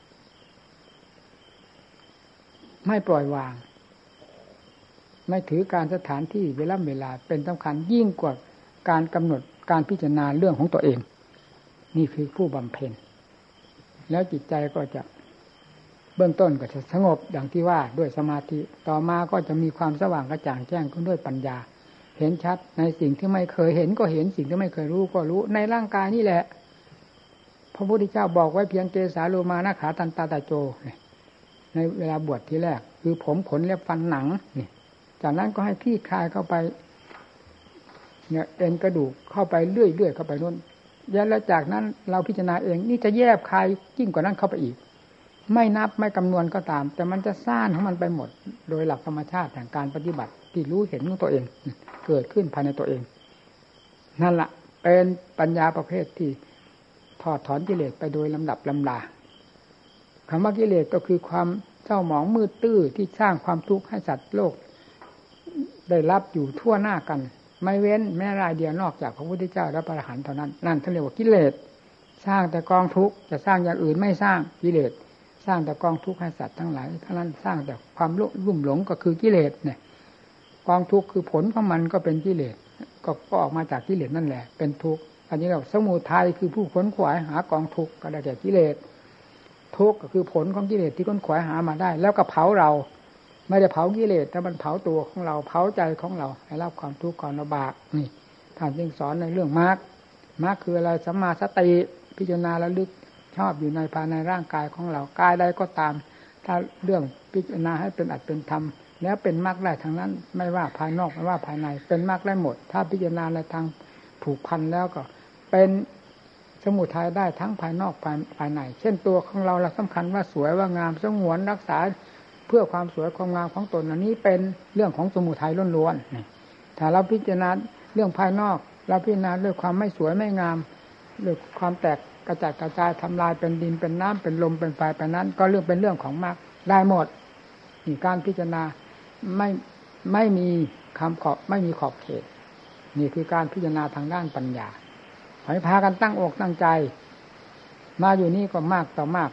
ไม่ปล่อยวางไม่ถือการสถานที่เวลาเป็นสำคัญยิ่งกว่าการกำหนดการพิจารณาเรื่องของตัวเองนี่คือผู้บำเพ็ญแล้วจิตใจก็จะเบื้องต้นก็จะสงบอย่างที่ว่าด้วยสมาธิต่อมาก็จะมีความสว่างกระจ่างแจ้งขึ้นด้วยปัญญาเห็นชัดในสิ่งที่ไม่เคยเห็นก็เห็นสิ่งที่ไม่เคยรู้ก็รู้ในร่างกายนี่แหละพระพุทธเจ้าบอกไว้เพียงเกสาโลมานะขาตันตาตาโจในเวลาบวชทีแรกคือผมขนเล็บฟันหนังนี่จากนั้นก็ให้คลี่คลายเข้าไปเนี่ยเอ็นกระดูกเข้าไปเรื่อยๆเข้าไปนู่นแล้วจากนั้นเราพิจารณาเองนี่จะแยบคายยิ่งกว่านั้นเข้าไปอีกไม่นับไม่คำนวณก็ตามแต่มันจะซ่านของมันไปหมดโดยหลักธรรมชาติแห่งการปฏิบัติที่รู้เห็นของตัวเองเกิดขึ้นภายในตัวเองนั่นแหละเป็นปัญญาประเภทที่ถอดถอนกิเลสไปโดยลำดับลำดาคำว่ากิเลสก็คือความเศร้าหมองมืดตื้อที่สร้างความทุกข์ให้สัตว์โลกได้รับอยู่ทั่วหน้ากันไม่เว้นแม้รายเดียวนอกจากพระพุทธเจ้าและพระอรหันต์เท่านั้นนั่นท่านเรียกว่ากิเลสสร้างแต่กองทุกข์จะสร้างอย่างอื่นไม่สร้างกิเลสสร้างแต่กองทุกข์ให้สัตว์ทั้งหลายเท่านั้นสร้างแต่ความลุ่มหลงก็คือกิเลสเนี่ยกองทุกข์คือผลของมันก็เป็นกิเลสก็ออกมาจากกิเลสนั่นแหละเป็นทุกข์อันนี้เราสมุทัยคือผู้ขวนขวายหากองทุกข์ก็ได้แก่กิเลสทุกข์ก็คือผลของกิเลสที่ขวนขวายหามาได้แล้วก็เผาเราไม่ได้เผากิเลสแต่มันเผาตัวของเราเผาใจของเราให้รับความทุกข์ความลำบากนี่ท่านจึงสอนในเรื่องมรรคคืออะไรสัมมาสติพิจารณาระลึกชอบอยู่ในภายในร่างกายของเรากายใดก็ตามถ้าเรื่องพิจารณาให้เป็นอัตเป็นธรรมแล้วเป็นมรรคได้ทั้งนั้นไม่ว่าภายนอกไม่ว่าภายในเป็นมรรคได้หมดถ้าพิจารณาในทางผูกพันแล้วก็เป็นสมุทัยได้ทั้งภายนอกภายในเช่นตัวของเราสำคัญว่าสวยว่างามสงวนรักษาเพื่อความสวยความงามของตนอันนี้เป็นเรื่องของสมุทัยล้วนๆถ้าเราพิจารณาเรื่องภายนอกเราพิจารณาด้วยความไม่สวยไม่งามด้วยความแตกกระจัดกระจายทำลายเป็นดินเป็นน้ำเป็นลมเป็นไฟไปนั้นก็เป็นเรื่องของมรรคได้หมดนี่การพิจารณาไม่มีคำขอบไม่มีขอบเขตนี่คือการพิจารณาทางด้านปัญญาให้พากันตั้งอกตั้งใจมาอยู่นี่ก็มากต่อมาก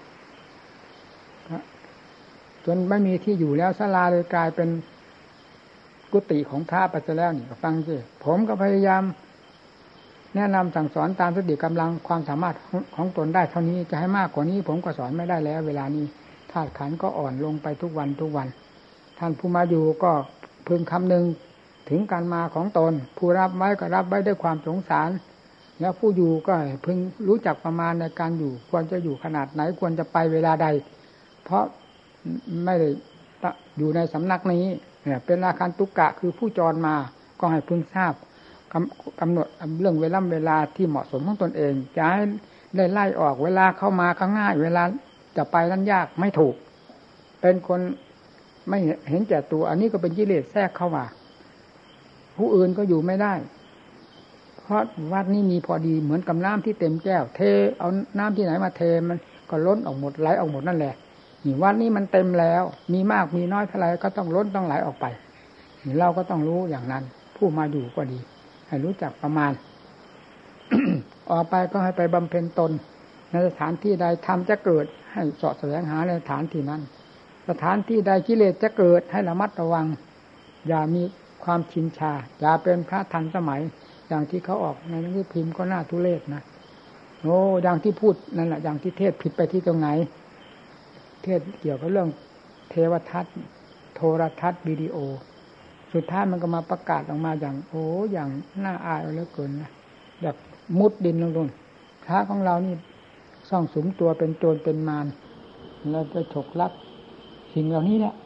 จนไม่มีที่อยู่แล้วศาลาเลยกลายเป็นกุฏิของพระไปซะแล้วนี่ก็ฟังสิผมก็พยายามแนะนำสั่งสอนตามสติกำลังความสามารถของตนได้เท่านี้จะให้มากกว่านี้ผมก็สอนไม่ได้แล้วเวลานี้ธาตุขันธ์ก็อ่อนลงไปทุกวันท่านผู้มาอยู่ก็พึงคำนึงถึงการมาของตนผู้รับไว้ก็รับไว้ด้วยความสงสารแล้วผู้อยู่ก็พึงรู้จักประมาณในการอยู่ควรจะอยู่ขนาดไหนควรจะไปเวลาใดเพราะไม่ได้อยู่ในสำนักนี้เป็นอาคันตุกะคือผู้จรมาก็ให้พึงทราบกำหนดเรื่องเวลาที่เหมาะสมของตนเองจะให้ได้ไล่ออกเวลาเข้ามาก็ง่ายเวลาจะไปนั้นยากไม่ถูกเป็นคนไม่เห็นแก่ตัวอันนี้ก็เป็นกิเลสแทรกเข้ามาผู้อื่นก็อยู่ไม่ได้เพราะวัดนี้มีพอดีเหมือนกับน้ำที่เต็มแก้วเทเอาน้ำที่ไหนมาเทมันก็ล้นออกหมดไหลออกหมดนั่นแหละนี่วัดนี้มันเต็มแล้วมีมากมีน้อยเท่าไรก็ต้องล้นต้องไหลออกไปนี่เราก็ต้องรู้อย่างนั้นผู้มาอยู่ก็ดีให้รู้จักประมาณ ออกไปก็ให้ไปบำเพ็ญตนในสถานที่ใดธรรมจะเกิดให้เสาะแสวงหาในสถานที่นั้นสถานที่ใดกิเลสจะเกิดให้ระมัดระวังอย่ามีความชินชาอย่าเป็นพระทันสมัยอย่างที่เขาออกในหนังสือพิมพ์ก็น่าทุเรศนะโอ้อย่างที่พูดนั่นแหละอย่างที่เทศผิดไปที่ตรงไหนเทศเกี่ยวกับเรื่องเทวทัศน์โทรทัศน์วิดีโอสุดท้ายมันก็มาประกาศออกมาอย่างโอ้อย่างน่าอายเหลือเกินนะแบบมุดดินลงพระของเรานี่ซ่องสุมตัวเป็นโจรเป็นมารเราไปฉกลักสิ่งเหล่านี้แหละ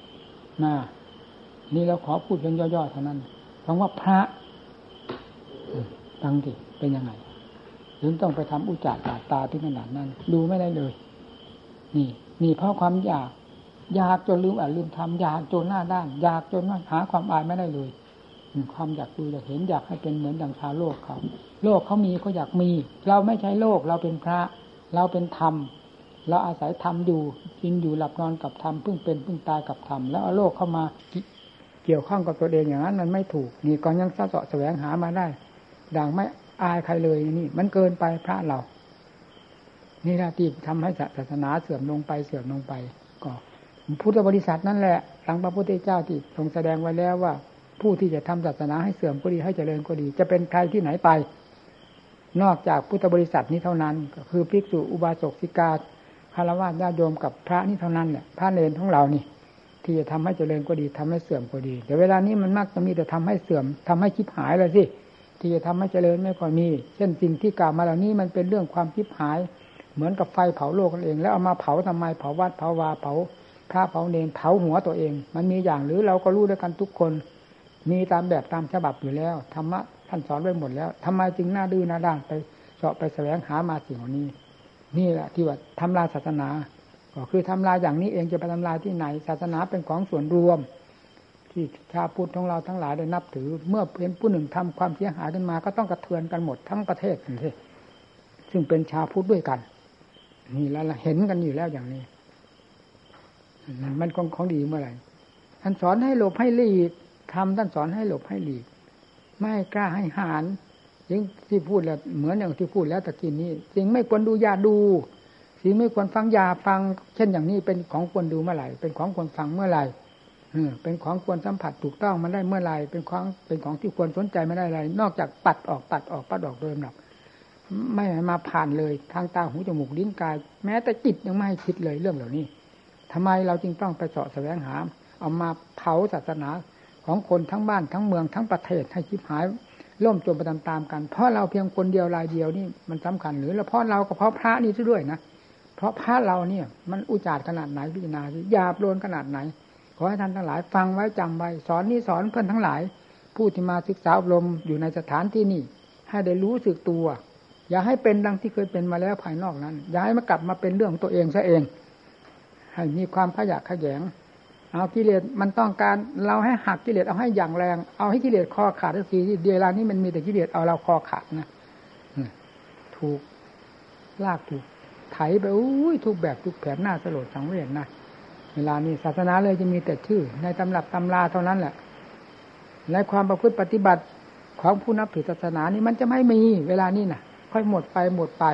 นี่เราขอพูดเป็นย่อๆเท่านั้นคำว่าพระฟังดิเป็นยังไงถึงต้องไปทำอุจจาระตาที่ขนาดนั้นดูไม่ได้เลยนี่เพราะความอยากจนลืมลืมทำอยากจนหน้าด้านอยากจนหาความอายไม่ได้เลยความอยากดูอยากเห็นอยากให้เป็นเหมือนดังชาวโลกเขาโลกเขามีก็อยากมีเราไม่ใช่โลกเราเป็นพระเราเป็นธรรมเราอาศัยธรรมอยู่กินอยู่หลับนอนกับธรรมเพิ่งเป็นเพิ่งตายกับธรรมแล้วเอาโลกเข้ามาเกี่ยวข้องกับตัวเองอย่างนั้นมันไม่ถูกนี่ก่อนยังเสาะแสวงหามาได้ดังไม่อายใครเลยนี่มันเกินไปพระเรานี่ละที่ทำให้ศาสนาเสื่อมลงไปก็พุทธบริษัทนั่นแหละหลังพระพุทธเจ้าที่ทรงแสดงไว้แล้วว่าผู้ที่จะทำศาสนาให้เสื่อมก็ดีให้เจริญก็ดีจะเป็นใครที่ไหนไปนอกจากพุทธบริษัทนี้เท่านั้นก็คือภิกษุอุบาสกศิกาฆราวาสญาติโยมกับพระนี่เท่านั้นแหละพระเนรของเรานี่ที่จะทำให้เจริญก็ดีทำให้เสื่อมก็ดีแต่เวลานี้มันมักจะมีแต่ทำให้เสื่อมทำให้ชิบหายเลยสิที่จะทำให้เจริญไม่ค่อยมีเช่นสิ่งที่กล่าวมาเหล่านี้มันเป็นเรื่องความชิบหายเหมือนกับไฟเผาโลกกันเองแล้วเอามาเผาทำไมเผาวัดเผาวาเผาพระเผาเนรเผาหัวตัวเองมันมีอย่างหรือเราก็รู้ด้วยกันทุกคนมีตามแบบตามฉบับอยู่แล้วธรรมะท่านสอนไว้หมดแล้วทำไมจึงหน้าดื้อหน้าด้านไปเสาะไปแสวงหามาสิ่งเหล่านี้นี่แหละที่ว่าทำลายศาสนาก็คือทำลายอย่างนี้เองจะไปทำลายที่ไหนศาสนาเป็นของส่วนรวมที่ชาวพุทธของเราทั้งหลายได้นับถือเมื่อเป็นผู้หนึ่งทำความเสียหายขึ้นมาก็ต้องกระเทือนกันหมดทั้งประเทศนี่ซึ่งเป็นชาวพุทธด้วยกันนี่แล้วเห็นกันอยู่แล้วอย่างนี้มันของดีเมื่อไหร่ท่านสอนให้หลบให้หลีกทำท่านสอนให้หลบให้หลีกไม่กล้าให้หานยิ่งที่พูดแล้วเหมือนอย่างที่พูดแล้วตะกี้นี้สิ่งไม่ควรดูอย่าดูสิ่งไม่ควรฟังอย่าฟังเช่นอย่างนี้เป็นของควรดูเมื่อไหร่เป็นของควรฟังเมื่อไหร่เป็นของควรสัมผัสถูกต้องมันได้เมื่อไหร่เป็นของที่ควรสนใจไม่ได้อะไรนอกจากปัดออกโดยลำดับไม่มาผ่านเลยทางตาหูจมูกลิ้นกายแม้แต่จิตยังไม่ให้คิดเลยเรื่องเหล่านี้ทำไมเราจึงต้องไปเสาะแสวงหาเอามาเผาศาสนาของคนทั้งบ้านทั้งเมืองทั้งประเทศให้ชิบหายล่มจมไปตามๆกันเพราะเราเพียงคนเดียวรายเดียวนี่มันสำคัญหรือแล้วเพราะเราก็เพราะพระนี่ซะด้วยนะเพราะพระเราเนี่ยมันอุจจาระขนาดไหนพิจารณาสิหยาบโลนขนาดไหนขอให้ท่านทั้งหลายฟังไว้จำไว้สอนนี่สอนเพื่อนทั้งหลายผู้ที่มาศึกษาอบรมอยู่ในสถานที่นี้ให้ได้รู้สึกตัวอย่าให้เป็นดังที่เคยเป็นมาแล้วภายนอกนั้นอย่าให้มากลับมาเป็นเรื่องของตัวเองซะเองให้มีความขยะแขยงเอากิเลสมันต้องการเราให้หักกิเลสเอาให้อย่างแรงเอาให้กิเลสคอขาดสักทีเวลานี้มันมีแต่กิเลสเอาเราคอขาดนะถูกลากถูกไถไปทุกแบบทุกแผนหน้าสลดสังเวชนะเวลานี้ศาสนาเลยจะมีแต่ชื่อในตำรับตำราเท่านั้นแหละและความประพฤติปฏิบัติของผู้นับถือศาสนานี่มันจะไม่มีเวลานี้น่ะค่อยหมดไป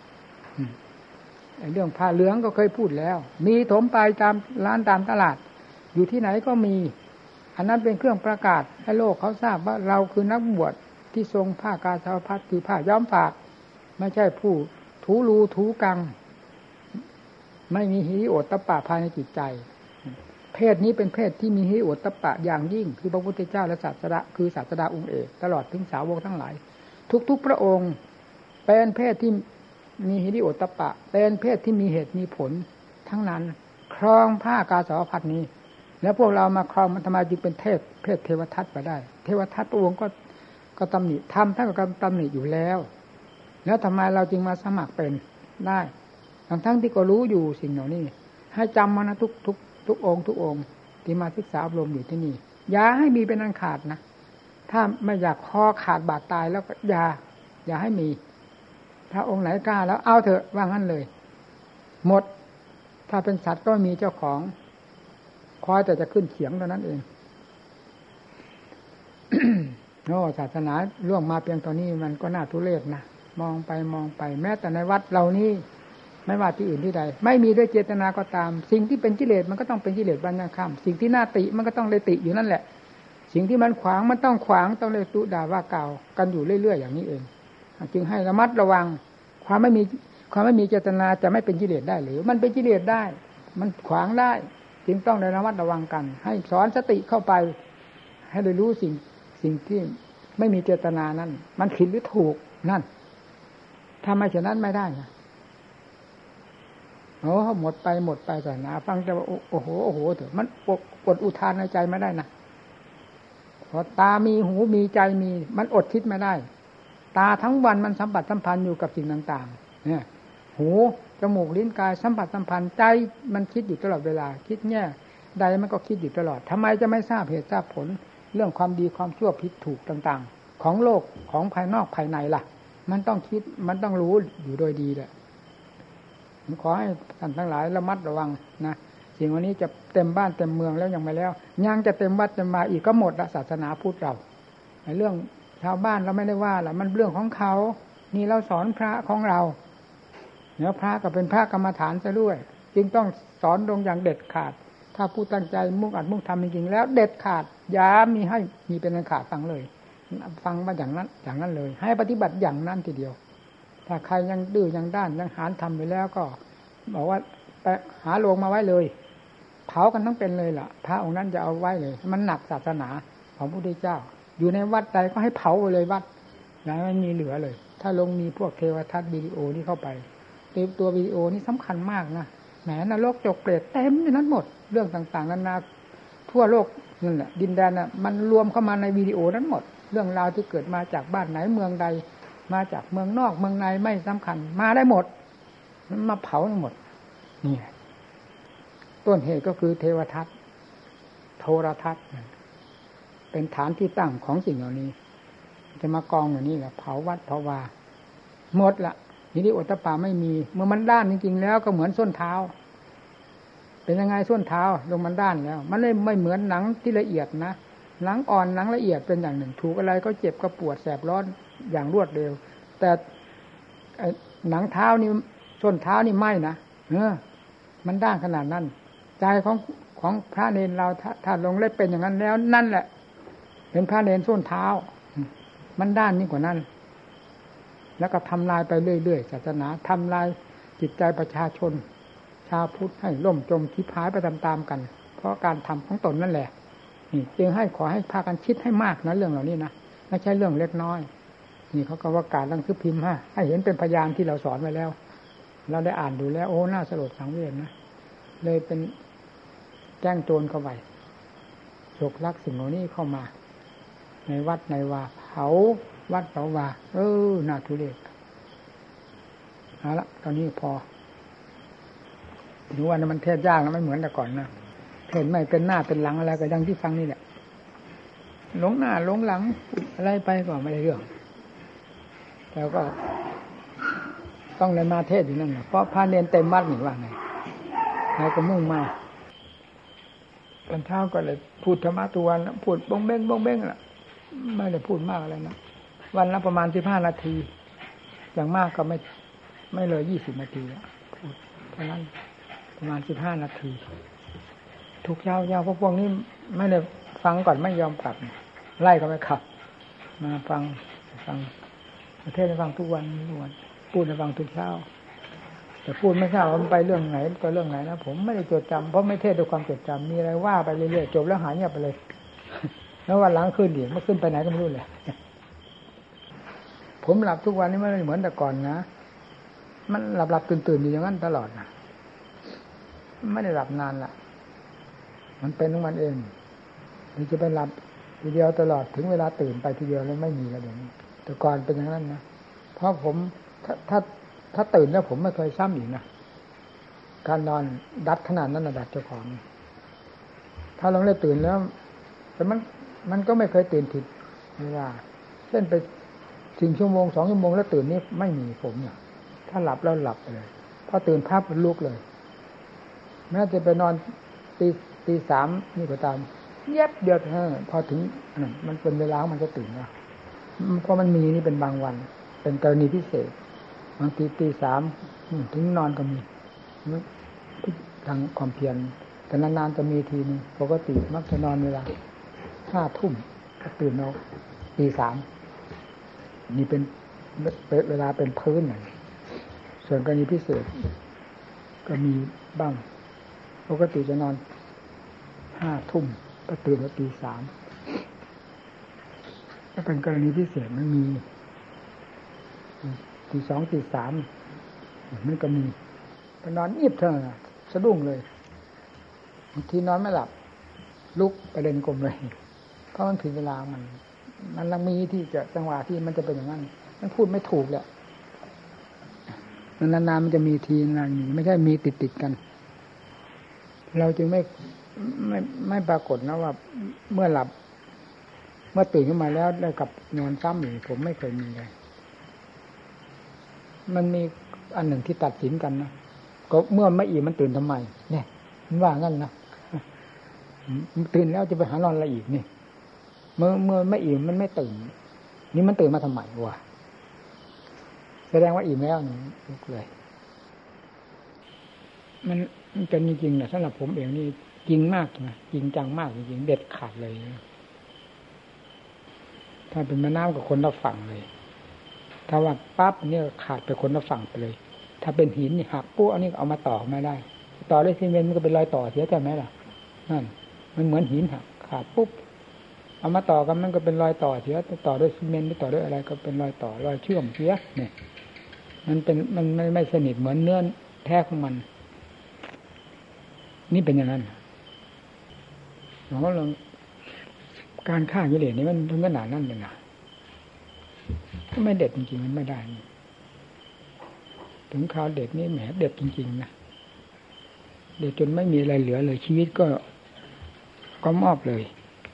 เรื่องผ้าเหลืองก็เคยพูดแล้วมีถมไปตามร้านตามตลาดอยู่ที่ไหนก็มีอันนั้นเป็นเครื่องประกาศให้โลกเขาทราบว่าเราคือนักบวชที่ทรงผ้ากาสาวพัดคือผ้าย้อมฝากไม่ใช่ผู้ถูรูถูกังไม่มีหิริโอตตัปปะภายในจิตใจเพศนี้เป็นเพศที่มีหิริโอตตัปปะอย่างยิ่งคือพระพุทธเจ้าและศาสดาคือศาสดาองค์เอกตลอดถึงสาวกทั้งหลายทุกๆพระองค์เป็นเพศที่มีหิริโอตตัปปะเป็นเพศที่มีเหตุมีผลทั้งนั้นครองผ้ากาสาวพัดนี้แล้วพวกเรามาครองมันทำไมจึงเป็นเพศเทวทัตไปได้เทวทัตพระองค์ก็ตำหนิทำท่านก็ตำหนิอยู่แล้วทำไมเราจึงมาสมัครเป็นได้ทั้งที่ก็รู้อยู่สิ่งเหล่านี้ให้จำมานะทุกองค์ที่มาศึกษาอบรมอยู่ที่นี่อย่าให้มีเป็นอันขาดนะถ้าไม่อยากคอขาดบาดตายแล้วก็อย่าให้มีถ้าองค์ไหนกล้าแล้วเอาเถอะว่างั้นเลยหมดถ้าเป็นสัตว์ก็มีเจ้าของคอยแต่จะขึ้นเขียงเท่านั้นเอง โอ้ศาสนาล่วงมาเพียงตอนนี้มันก็น่าทุเรศนะมองไปแม้แต่ในวัดเรานี่ไม่ว่าที่อื่นที่ใดไม่มีด้วยเจตนาก็ตามสิ่งที่เป็นกิเลสมันก็ต้องเป็นกิเลสบรรยังค่ำสิ่งที่น่าติมันก็ต้องเลยติอยู่นั่นแหละสิ่งที่มันขวางมันต้องขวางต้องเลยตุด่าว่ากล่าวกันอยู่เรื่อยๆอย่างนี้เองจึงให้ระมัดระวังความไม่มีเจตนาจะไม่เป็นกิเลสได้หรือมันเป็นกิเลสได้มันขวางได้จึงต้องระมัดระวังกันให้สอนสติเข้าไปให้ได้รู้สิ่งที่ไม่มีเจตนานั้นมันผิดหรือถูกนั่นถ้าไม่เช่นนั้นไม่ได้นะโอ้หมดไปศาสนาฟังแต่ว่าโอ้โหเถอะมันอดอุทานในใจไม่ได้นะพอตามีหูมีใจมีมันอดคิดไม่ได้ตาทั้งวันมันสัมผัสสัมพันธ์อยู่กับสิ่งต่างๆเนี่ยหูจมูกลิ้นกายสัมผัสสัมพันธ์ใจมันคิดอยู่ตลอดเวลาคิดแง่ใดมันก็คิดอยู่ตลอดทำไมจะไม่ทราบเหตุทราบผลเรื่องความดีความชั่วผิดถูกต่างๆของโลกของภายนอกภายในล่ะมันต้องคิดมันต้องรู้อยู่โดยดีแหละขอให้ท่านทั้งหลายระมัดระวังนะสิ่งวันนี้จะเต็มบ้านเต็มเมืองแล้วยังไม่แล้วยังจะเต็มวัดเต็มมาอีกก็หมดละศาสนาพุทธเราในเรื่องชาวบ้านเราไม่ได้ว่าล่ะมันเรื่องของเขานี่เราสอนพระของเราเนี่ยพระก็เป็นพระกรรมฐานซะด้วยจึงต้องสอนลงอย่างเด็ดขาดถ้าผู้ตั้งใจมุ่งอัดมุ่งทำจริงๆแล้วเด็ดขาดย้ำมีให้มีเป็นอันขาดฟังเลยฟังมาอย่างนั้นเลยให้ปฏิบัติอย่างนั้นทีเดียวถ้าใครยังดื้อยังด้านยังหานทำไปแล้วก็บอกว่าไปหาโลงมาไว้เลยเผากันทั้งเป็นเลยล่ะพระองค์นั้นจะเอาไว้เลยมันหนักศาสนาของพระพุทธเจ้าอยู่ในวัดใดก็ให้เผาไปเลยวัดอย่าให้มันมีเหลือเลยถ้าลงมีพวกเทวทัศน์วิดีโอนี่เข้าไปตัววิดีโอนี่สำคัญมากนะแหมนรกจกเปรตเต็มในนั้นหมดเรื่องต่างๆนานาทั่วโลกนั่นแหละดินแดนน่ะมันรวมเข้ามาในวิดีโอนั้นหมดเรื่องราวที่เกิดมาจากบ้านไหนเมืองใดมาจากเมืองนอกเมืองในไม่สำคัญมาได้หมดมันมาเผาทั้งหมดนี่ต้นเหตุก็คือเทวทัศน์โทรทัศน์เป็นฐานที่ตั้งของสิ่งเหล่านี้จะมากองอย่างนี้แหละเผาวัดเผาวาหมดละหิริโอตตัปปะไม่มีเมื่อมันด้านจริงๆแล้วก็เหมือนส้นเท้าเป็นยังไงส้นเท้าลงมันด้านแล้วมันไม่เหมือนหนังที่ละเอียดนะหนังอ่อนหนังละเอียดเป็นอย่างหนึ่งถูกอะไรก็เจ็บก็ปวดแสบร้อนอย่างรวดเร็วแต่หนังเท้านี่ส้นเท้านี่ไม่นะมันด้านขนาดนั้นใจของพระเนรเราถ้าลงเล็บเป็นอย่างนั้นแล้วนั่นแหละเป็นพระเนรส้นเท้ามันด้านยิ่งกว่านั้นแล้วก็ทำลายไปเรื่อยๆศาสนาทำลายจิตใจประชาชนชาวพุทธให้ล่มจมทิพายไปตามๆกันเพราะการทำของตนนั่นแหละนี่จึงขอให้พากันคิดให้มากนะเรื่องเหล่านี้นะไม่ใช่เรื่องเล็กน้อยนี่เขาก็ว่าการตั้งคือพิมพ์ให้เห็นเป็นพยานที่เราสอนไว้แล้วเราได้อ่านดูแล้วโอ้น่าสลดสังเวชนะเลยเป็นแจ้งโจรเข้าไปฉกลักสิ่งเหล่านี้เข้ามาในวัดในวาเผาวัดเผาวาน่าทุเรศเอาละตอนนี้พอดูว่ามันเทศยากแล้วไม่เหมือนแต่ก่อนนะเทศไม่เป็นหน้าเป็นหลังอะไรก็ดังที่ฟังนี่แหละหลงหน้าหลงหลังอะไรไปก็ไม่ได้เรื่องแล้วก็ต้องเลยมาเทศอยู่นั่นแหละเพราะพระเนรเต็มวัดนี่ว่าไงใครก็มุ่งมาตอนเช้าก็เลยพูดธรรมะทุกวันพูดบ้งเบ้งล่ะไม่ได้พูดมากอะไรนะวันละประมาณ15 นาทีอย่างมากก็ไม่เลย20 นาทีพูดเท่านั้นประมาณ15 นาทีทุกเช้ายาวเพราะพวกนี้ไม่ได้ฟังก่อนไม่ยอมกลับไล่ก็ไม่ขับมาฟังประเทศให้ฟังทุกวันพูดให้ฟังทุกเช้าแต่พูดไม่ทราบว่ามันไปเรื่องไหนก็เรื่องไหนนะผมไม่ได้จดจำเพราะไม่เทศด้วยความจดจำมีอะไรว่าไปเรื่อยๆจบแล้วหายเงียบไปเลยแล้ววันหลังขึ้นอีกไม่ขึ้นไปไหนก็ไม่รู้เลยผมหลับทุกวันนี้ไม่เหมือนแต่ก่อนนะมันหลับตื่นอยู่อย่างนั้นตลอดนะไม่ได้หลับนานละมันเป็นของมันเองมันจะไปหลับทีเดียวตลอดถึงเวลาตื่นไปทีเดียวแล้วไม่มีแล้วเดี๋ยวนี้แต่ก่อนเป็นอย่างนั้นนะเพราะผมถ้าตื่นแล้วผมไม่เคยซ้ำอีกนะการนอนดัดขนาดนั้นนะดัดเจ้าของถ้าเราได้ตื่นแล้วแต่มันก็ไม่เคยตื่นผิดเวลาเช่นไป4 ชั่วโมง 2 ชั่วโมงแล้วตื่นนี่ไม่มีผมเนี่ยถ้าหลับแล้วหลับไปเลยพอตื่นภาพมันลุกเลยแม้จะไปนอนตี 3นี่ก็ตามเย็บเดียวเท่านั้นพอถึงมันเป็นเวลามันจะตื่นนะเพราะมันมีนี่เป็นบางวันเป็นกรณีพิเศษบางทีตี 3ถึงนอนก็มีทางความเพียรแต่นานๆจะมีทีนึงปกติมักจะนอนเวลา5 ทุ่มก็ตื่นเอาตี 3นี่เป็นเวลาเป็นพื้นหน่อยส่วนกรณีพิเศษก็มีบ้างปกติจะนอน5 ทุ่มก็ตื่นเอาตี 3ถ้าเป็นกรณีพิเศษมันมีตี 2 ตี 3มันก็มีไปนอนอีบเท่านั้นสะดุ้งเลยบางทีนอนไม่หลับลุกไปเล่นกลมเลยเพราะมันถึงเวลามันลังมีที่จะจังหวะที่มันจะเป็นอย่างนั้นมันพูดไม่ถูกแหละนานๆมันจะมีทีนานนี้ไม่ใช่มีติดกันเราจึงไม่ปรากฏนะว่าเมื่อหลับเมื่อตื่นขึ้นมาแล้วได้กลับนอนซ้ำอีกผมไม่เคยมีเลยมันมีอันหนึ่งที่ตัดสินกันนะก็เมื่อไม่อิ่มมันตื่นทำไมเนี่ยมันว่างั้นนะตื่นแล้วจะไปหานอนอะไรอีกนี่เมื่อไม่อิ่มมันไม่ตื่นนี่มันตื่นมาทำไมวะแสดงว่าอิ่มแล้วนี่ลุกเลยมันเป็นจริงๆนะสำหรับผมเองนี่จริงมากนะจริงจังมากจริงๆเด็ดขาดเลยถ้าเป็นแม่น้ำกับคนละฝั่งเลยถ้าว่าปั๊บเนี่ยขาดไปคนละฝั่งไปเลยถ้าเป็นหินนี่หักปุ๊บอันนี้เอามาต่อไม่ได้ต่อด้วยซีเมนต์มันก็เป็นรอยต่อเสียใช่ไหมล่ะนั่นมันเหมือนหินหักขาดปุ๊บเอามาต่อกันมันก็เป็นรอยต่อเสียต่อด้วยซีเมนต์หรือต่อด้วยอะไรก็เป็นรอยต่อรอยเชื่อมเสียเนี่ยมันไม่สนิทเหมือนเนื้อแท้ของมันนี่เป็นอย่างนั้นเพราะเราการฆ่ากิเลสนี่มันถึงขนาดนั้นเลยนะถ้าไม่เด็ดจริงๆมันไม่ได้ถึงข่าวเด็ดนี่แหมเด็ดจริงๆนะเด็ดจนไม่มีอะไรเหลือเลยชีวิตก็มอบเลย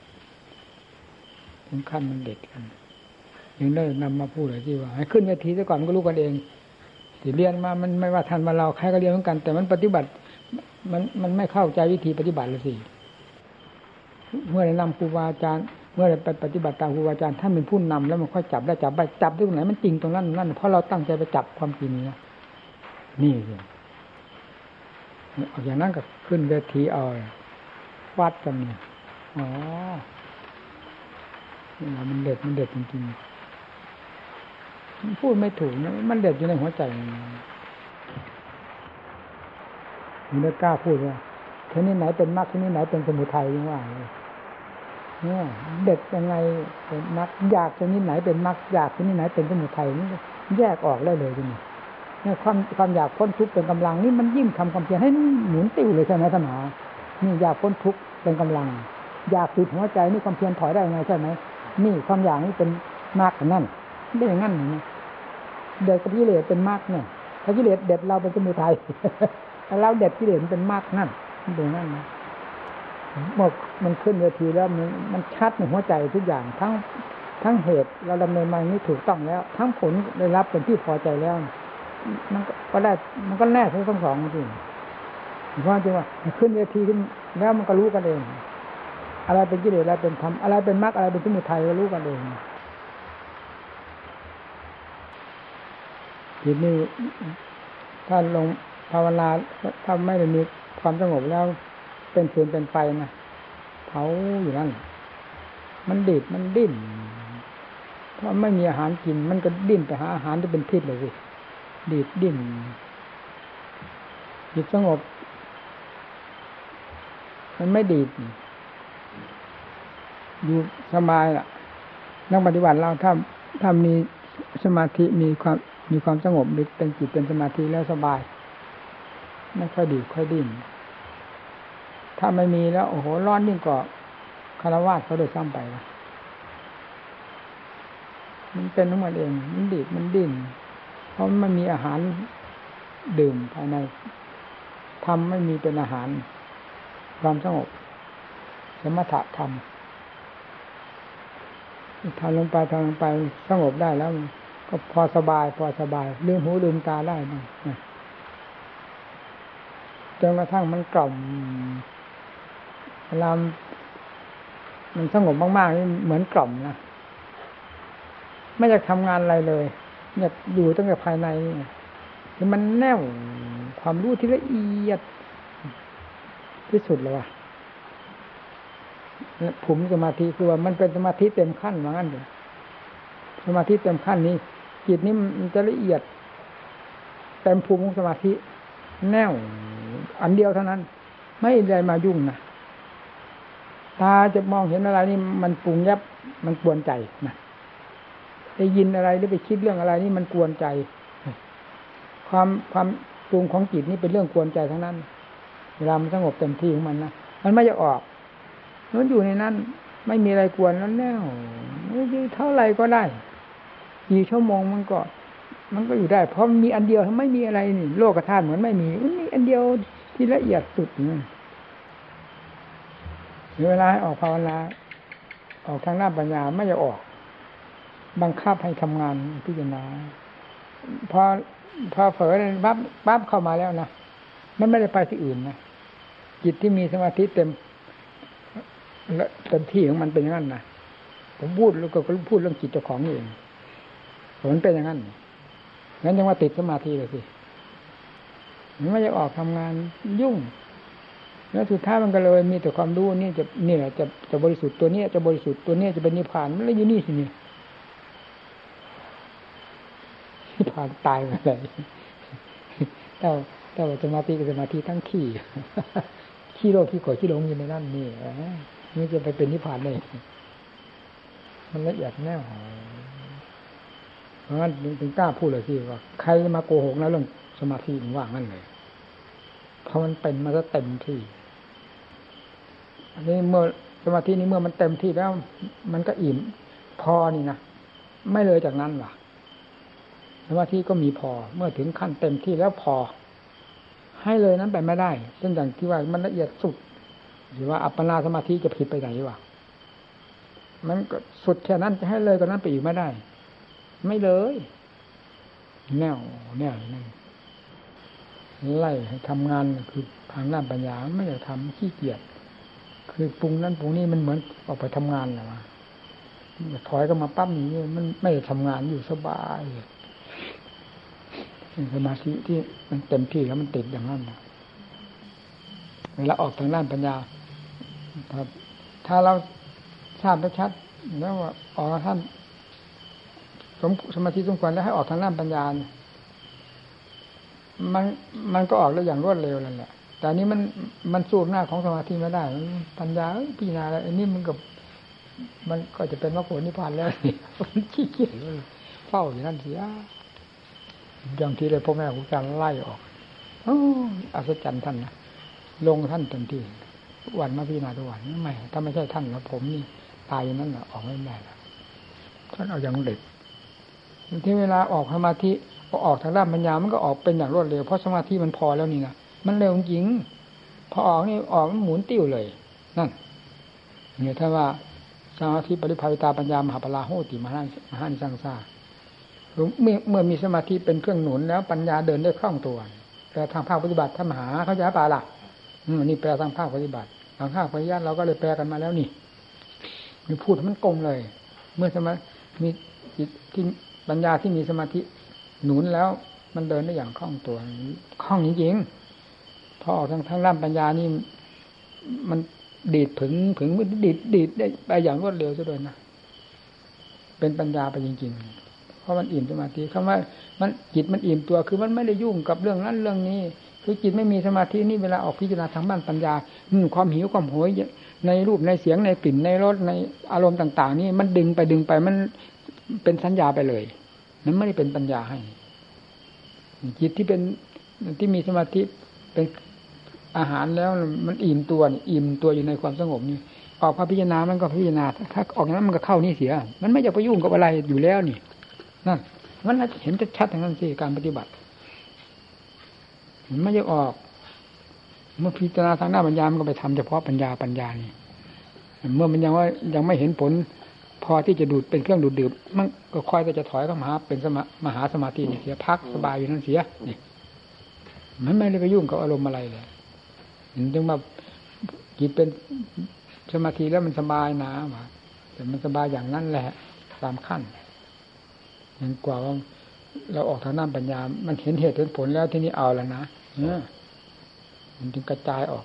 ถึงขั้นมันเด็ดกันยังได้นำมาพูดเลยที่ว่าให้ขึ้นเวทีซะก่อนมันก็รู้กันเองที่เรียนมามันไม่ว่าทันว่าเราใครก็เรียนเหมือนกันแต่มันปฏิบัติมันไม่เข้าใจวิธีปฏิบัติเลยสิเมื่อได้นำครูบาอาจารย์เมื่อได้ไปปฏิบัติตามครูบาอาจารย์ท่านเป็นผู้นำแล้วมันค่อยจับได้จับไปจับที่ตรงไหนมันจริงตรงนั้นนั่นเพราะเราตั้งใจไปจับความจริงนี้นี่สิอย่างนั้นก็ขึ้นเวทีเอาวัดกันเนี่ยอ๋อมันเด็ดจริงๆมันพูดไม่ถูกนะมันเด็ดอยู่ในหัวใจมันไม่กล้าพูดว่าชนิดไหนเป็นมรรคชนิดไหนเป็นสมุทัยยังว่าเลยเนี่ยเด็ดยังไงเป็นมรรคอยากชนิดไหนเป็นมรรคอยากชนิดไหนเป็นสมุทัยนี่แยกออกได้เลยจริงเนี่ยความอยากพ้นทุกข์เป็นกำลังนี่มันยิ่งทำความเพียรให้หมุนติ้วเลยใช่ไหมท่านหมอนี่อยากพ้นทุกข์เป็นกำลังอยากติดหัวใจนี่ความเพียรถอยได้ยังไงใช่ไหมนี่ความอยากนี่เป็นมรรคนั่นได้อย่างนั้นนะเด็ดกับกิเลสเป็นมรรคเนี่ยถ้ากิเลสเด็ดเราเป็นสมุทัยถ้าเราเด็ดกิเลสเป็นมรรคนั่นเป็นนั่นนะเมื่อมันขึ้นเวทีแล้วมันชัดในหัวใจทุกอย่างทั้งเหตุเราดำเนินมานี่ถูกต้องแล้วทั้งผลได้รับเป็นที่พอใจแล้วมันก็แน่ทั้งสองจริงเพราะจริงว่าขึ้นเวทีขึ้นแล้วมันก็รู้กันเองอะไรเป็นกิเลสอะไรเป็นธรรมอะไรเป็นมรรคอะไรเป็นสมุทัยก็รู้กันเองทีนี้ถ้าลงภาวนาถ้าไม่ได้มีความสงบแล้วเป็นฟืนเป็นไฟนะเผาอยู่นั่นมันดิบมันดิ้นเพราะไม่มีอาหารกินมันก็ดิ้นไปหาอาหารที่เป็นพิษเลยสิดิบดิ้นจิตสงบมันไม่ดีดอยู่สบายล่ะนักปฏิบัติเราถ้ามีสมาธิมีความสงบเป็นจิตเป็นสมาธิแล้วสบายไม่ค่อยดีค่อยดิ้นถ้าไม่มีแล้วโอ้โหร้อนยิ่งกว่าคฤหัสถ์เขาโดยซ้ำไปนะมันเป็นของมันเองมันดีดมันดิ้นเพราะมันมีอาหารดื่มภายในธรรมไม่มีเป็นอาหารความสงบสมถะธรรมทำลงไปสงบได้แล้วก็พอสบายลืมหูลืมตาได้บ้างจนกระทั่งมันกล่อมเวลามันสงบมากๆนี่เหมือนกล่อมนะไม่อยากทำงานอะไรเลยอยากอยู่ตั้งแต่ภายในนี่คือมันแน่วความรู้ที่ละเอียดที่สุดเลยว่ะภูมิสมาธิคือว่ามันเป็นสมาธิเต็มขั้นว่างั้นเถอะสมาธิเต็มขั้นนี้จิตนี้มันจะละเอียดเต็มภูมิของสมาธิแน่วอันเดียวเท่านั้นไม่ได้มายุ่งนะตาจะมองเห็นอะไรนี่มันปรุงยับมันกวนใจนะได้ยินอะไรหรือไปคิดเรื่องอะไรนี่มันกวนใจความปรุงของจิตนี่เป็นเรื่องกวนใจทั้งนั้นเวลามันสงบเต็มที่ของมันนะมันไม่จะออกมันอยู่ในนั้นไม่มีอะไรกวนแล้วแน่วเท่าไรก็ได้กี่ชั่วโมงมันก็อยู่ได้เพราะมีอันเดียวไม่มีอะไรนี่โลกธาตุเหมือนไม่มีอันเดียวที่ละเอียดสุดนี่เวลาให้ออกภาวนาออกทางหน้าปัญญาไม่จะออกบังคับให้ทำงานพิจารณาพอเผลอปั๊บเข้ามาแล้วนะมันไม่ได้ไปที่อื่นนะจิตที่มีสมาธิเต็มที่ของมันเป็นอย่างนั้นนะผมพูดแล้วก็พูดเรื่องจิตเจ้าของเองมันเป็นอย่างนั้นงั้นยังว่าติดสมาธิเลยสิมันไม่จะออกทำงานยุ่งแล้วสุดท้ายมันก็เลยมีแต่ความรู้นี่แหละจะบริสุทธิ์ตัวนี้จะบริสุทธิ์ตัวนี้จะเป็นนิพพานมันเลยอยู่นี่สินี่นิพพานตายมาเลยแต่ว่าสมาธิกับสมาธิทั้งขี้โลภขี้โกรธขี้หลงอยู่ในนั้นนี่มันจะไปเป็นนิพพานได้มันละเอียดแน่เพราะงั้นถึงกล้าพูดเลยสิว่าใครมาโกหกนะเรื่องสมาธิมันว่างั้นเลยเพราะมันเป็นมาซะเต็มที่อันนี้เมื่อสมาธินี้เมื่อมันเต็มที่แล้วมันก็อิ่มพอนี่นะไม่เลยจากนั้นล่ะสมาธิก็มีพอเมื่อถึงขั้นเต็มที่แล้วพอให้เลยนั้นไปไม่ได้เช่นอย่างที่ว่ามันละเอียดสุดหรือว่าอัปปนาสมาธิจะผิดไปไหนวะมันก็สุดแค่นั้นจะให้เลยกว่านั้นไปอีกไม่ได้ไม่เลยแน่วนั่นไล่ให้ทำงานคือทางด้านปัญญาไม่อยากทำขี้เกียจคือปรุงนั้นปรุงนี้มันเหมือนออกไปทำงานแหละวะถอยก็มาปั๊บนี้มันไม่ได้ทำงานอยู่สบายสมาธิที่มันเต็มที่แล้วมันติดอย่างนั้นเวลาออกทางด้านปัญญาถ้าเราทราบชัดแล้วว่าออกท่านสมาธิสมควรแล้วให้ออกทางด้านปัญญามันก็ออกได้อย่างรวดเร็วนั่นแหละแต่นี้มันสู้หน้าของสมาธิไม่ได้ปัญญาพิจารณาอะไรอันนี้มันก็จะเป็นมรรคผลนิพพานแล้วมันขี้เกียจเฝ้าอยู่นั่นเสียอย่างที่เลยพ่อแม่ครูอาจารย์ไล่ออกอัศจรรย์ท่านนะลงท่านเต็มที่วันมาพิจารณาทุกวันไม่ถ้าไม่ใช่ท่านแล้วผมนี่ตายอย่างนั้นแหละออกไม่ได้แล้วท่านเอาอย่างเด็ดที่เวลาออกสมาธิพอออกทางด้านปัญญามันก็ออกเป็นอย่างรวดเร็วเพราะสมาธิมันพอแล้วนี่นะมันเร็วจริงพอออกนี่ออกมันหมุนติ้วเลยนั่นเนี่ยถ้าว่าสมาธิปริภาวิตาปัญญามหาปราโหติมหานิสังสาเมื่อมีสมาธิเป็นเครื่องหนุนแล้วปัญญาเดินได้คล่องตัวแต่ทางภาคปฏิบัติถ้ามหาเขาจะป่าล่ะนี่แปลทางภาคปฏิบัติทางภาคปริยัติเราก็เลยแปลกันมาแล้วนี่มีพูดมันกลมเลยเมื่อมีจิตที่ปัญญาที่มีสมาธิหนุนแล้วมันเดินได้อย่างคล่องตัวคล่องจริงๆพอออกทางด้านปัญญานี่มันดีดผึ่งดีดได้ไปอย่างรวดเร็วซะด้วยนะเป็นปัญญาไปจริงๆเพราะมันอิ่มสมาธิคำว่ามันจิตมันอิ่มตัวคือมันไม่ได้ยุ่งกับเรื่องนั้นเรื่องนี้คือจิตไม่มีสมาธินี่เวลาออกพิจารณาทางบ้านปัญญาความหิวความโหยในรูปในเสียงในกลิ่นในรสในอารมณ์ต่างๆนี่มันดึงไปมันเป็นสัญญาไปเลยมันไม่ได้เป็นปัญญาให้จิตที่มีสมาธิเป็นอาหารแล้วมันอิ่มตัวนี่อิ่มตัวอยู่ในความสงบนี่ออกมาพิจารณามันก็พิจารณาถ้าออกอย่างนั้นมันก็เข้านี่เสียมันไม่อยากไปยุ่งกับอะไรอยู่แล้วนี่นั่นมันเห็นชัดๆอย่างนั้นสิการปฏิบัติมันไม่อยากออกเมื่อพิจารณาทางหน้าปัญญามันก็ไปทำเฉพาะปัญญานี่เมื่อมันยังไม่เห็นผลพอที่จะดูดเป็นเครื่องดูดดื่มมันก็ค่อยจะถอยเข้ามาเป็นมหาสมาธินี่เสียพักสบายอยู่นั่นเสียนี่มันไม่ได้ไปยุ่งกับอารมณ์อะไรเลยถึงมาจิตเป็นสมาธิแล้วมันสบายนะว่าแต่มันสบายอย่างนั้นแหละตามขั้นอย่างกว่าเราออกทางด้านปัญญามันเห็นเหตุเห็นผลแล้วที่นี่เอาแล้วนะมันจึงกระจายออก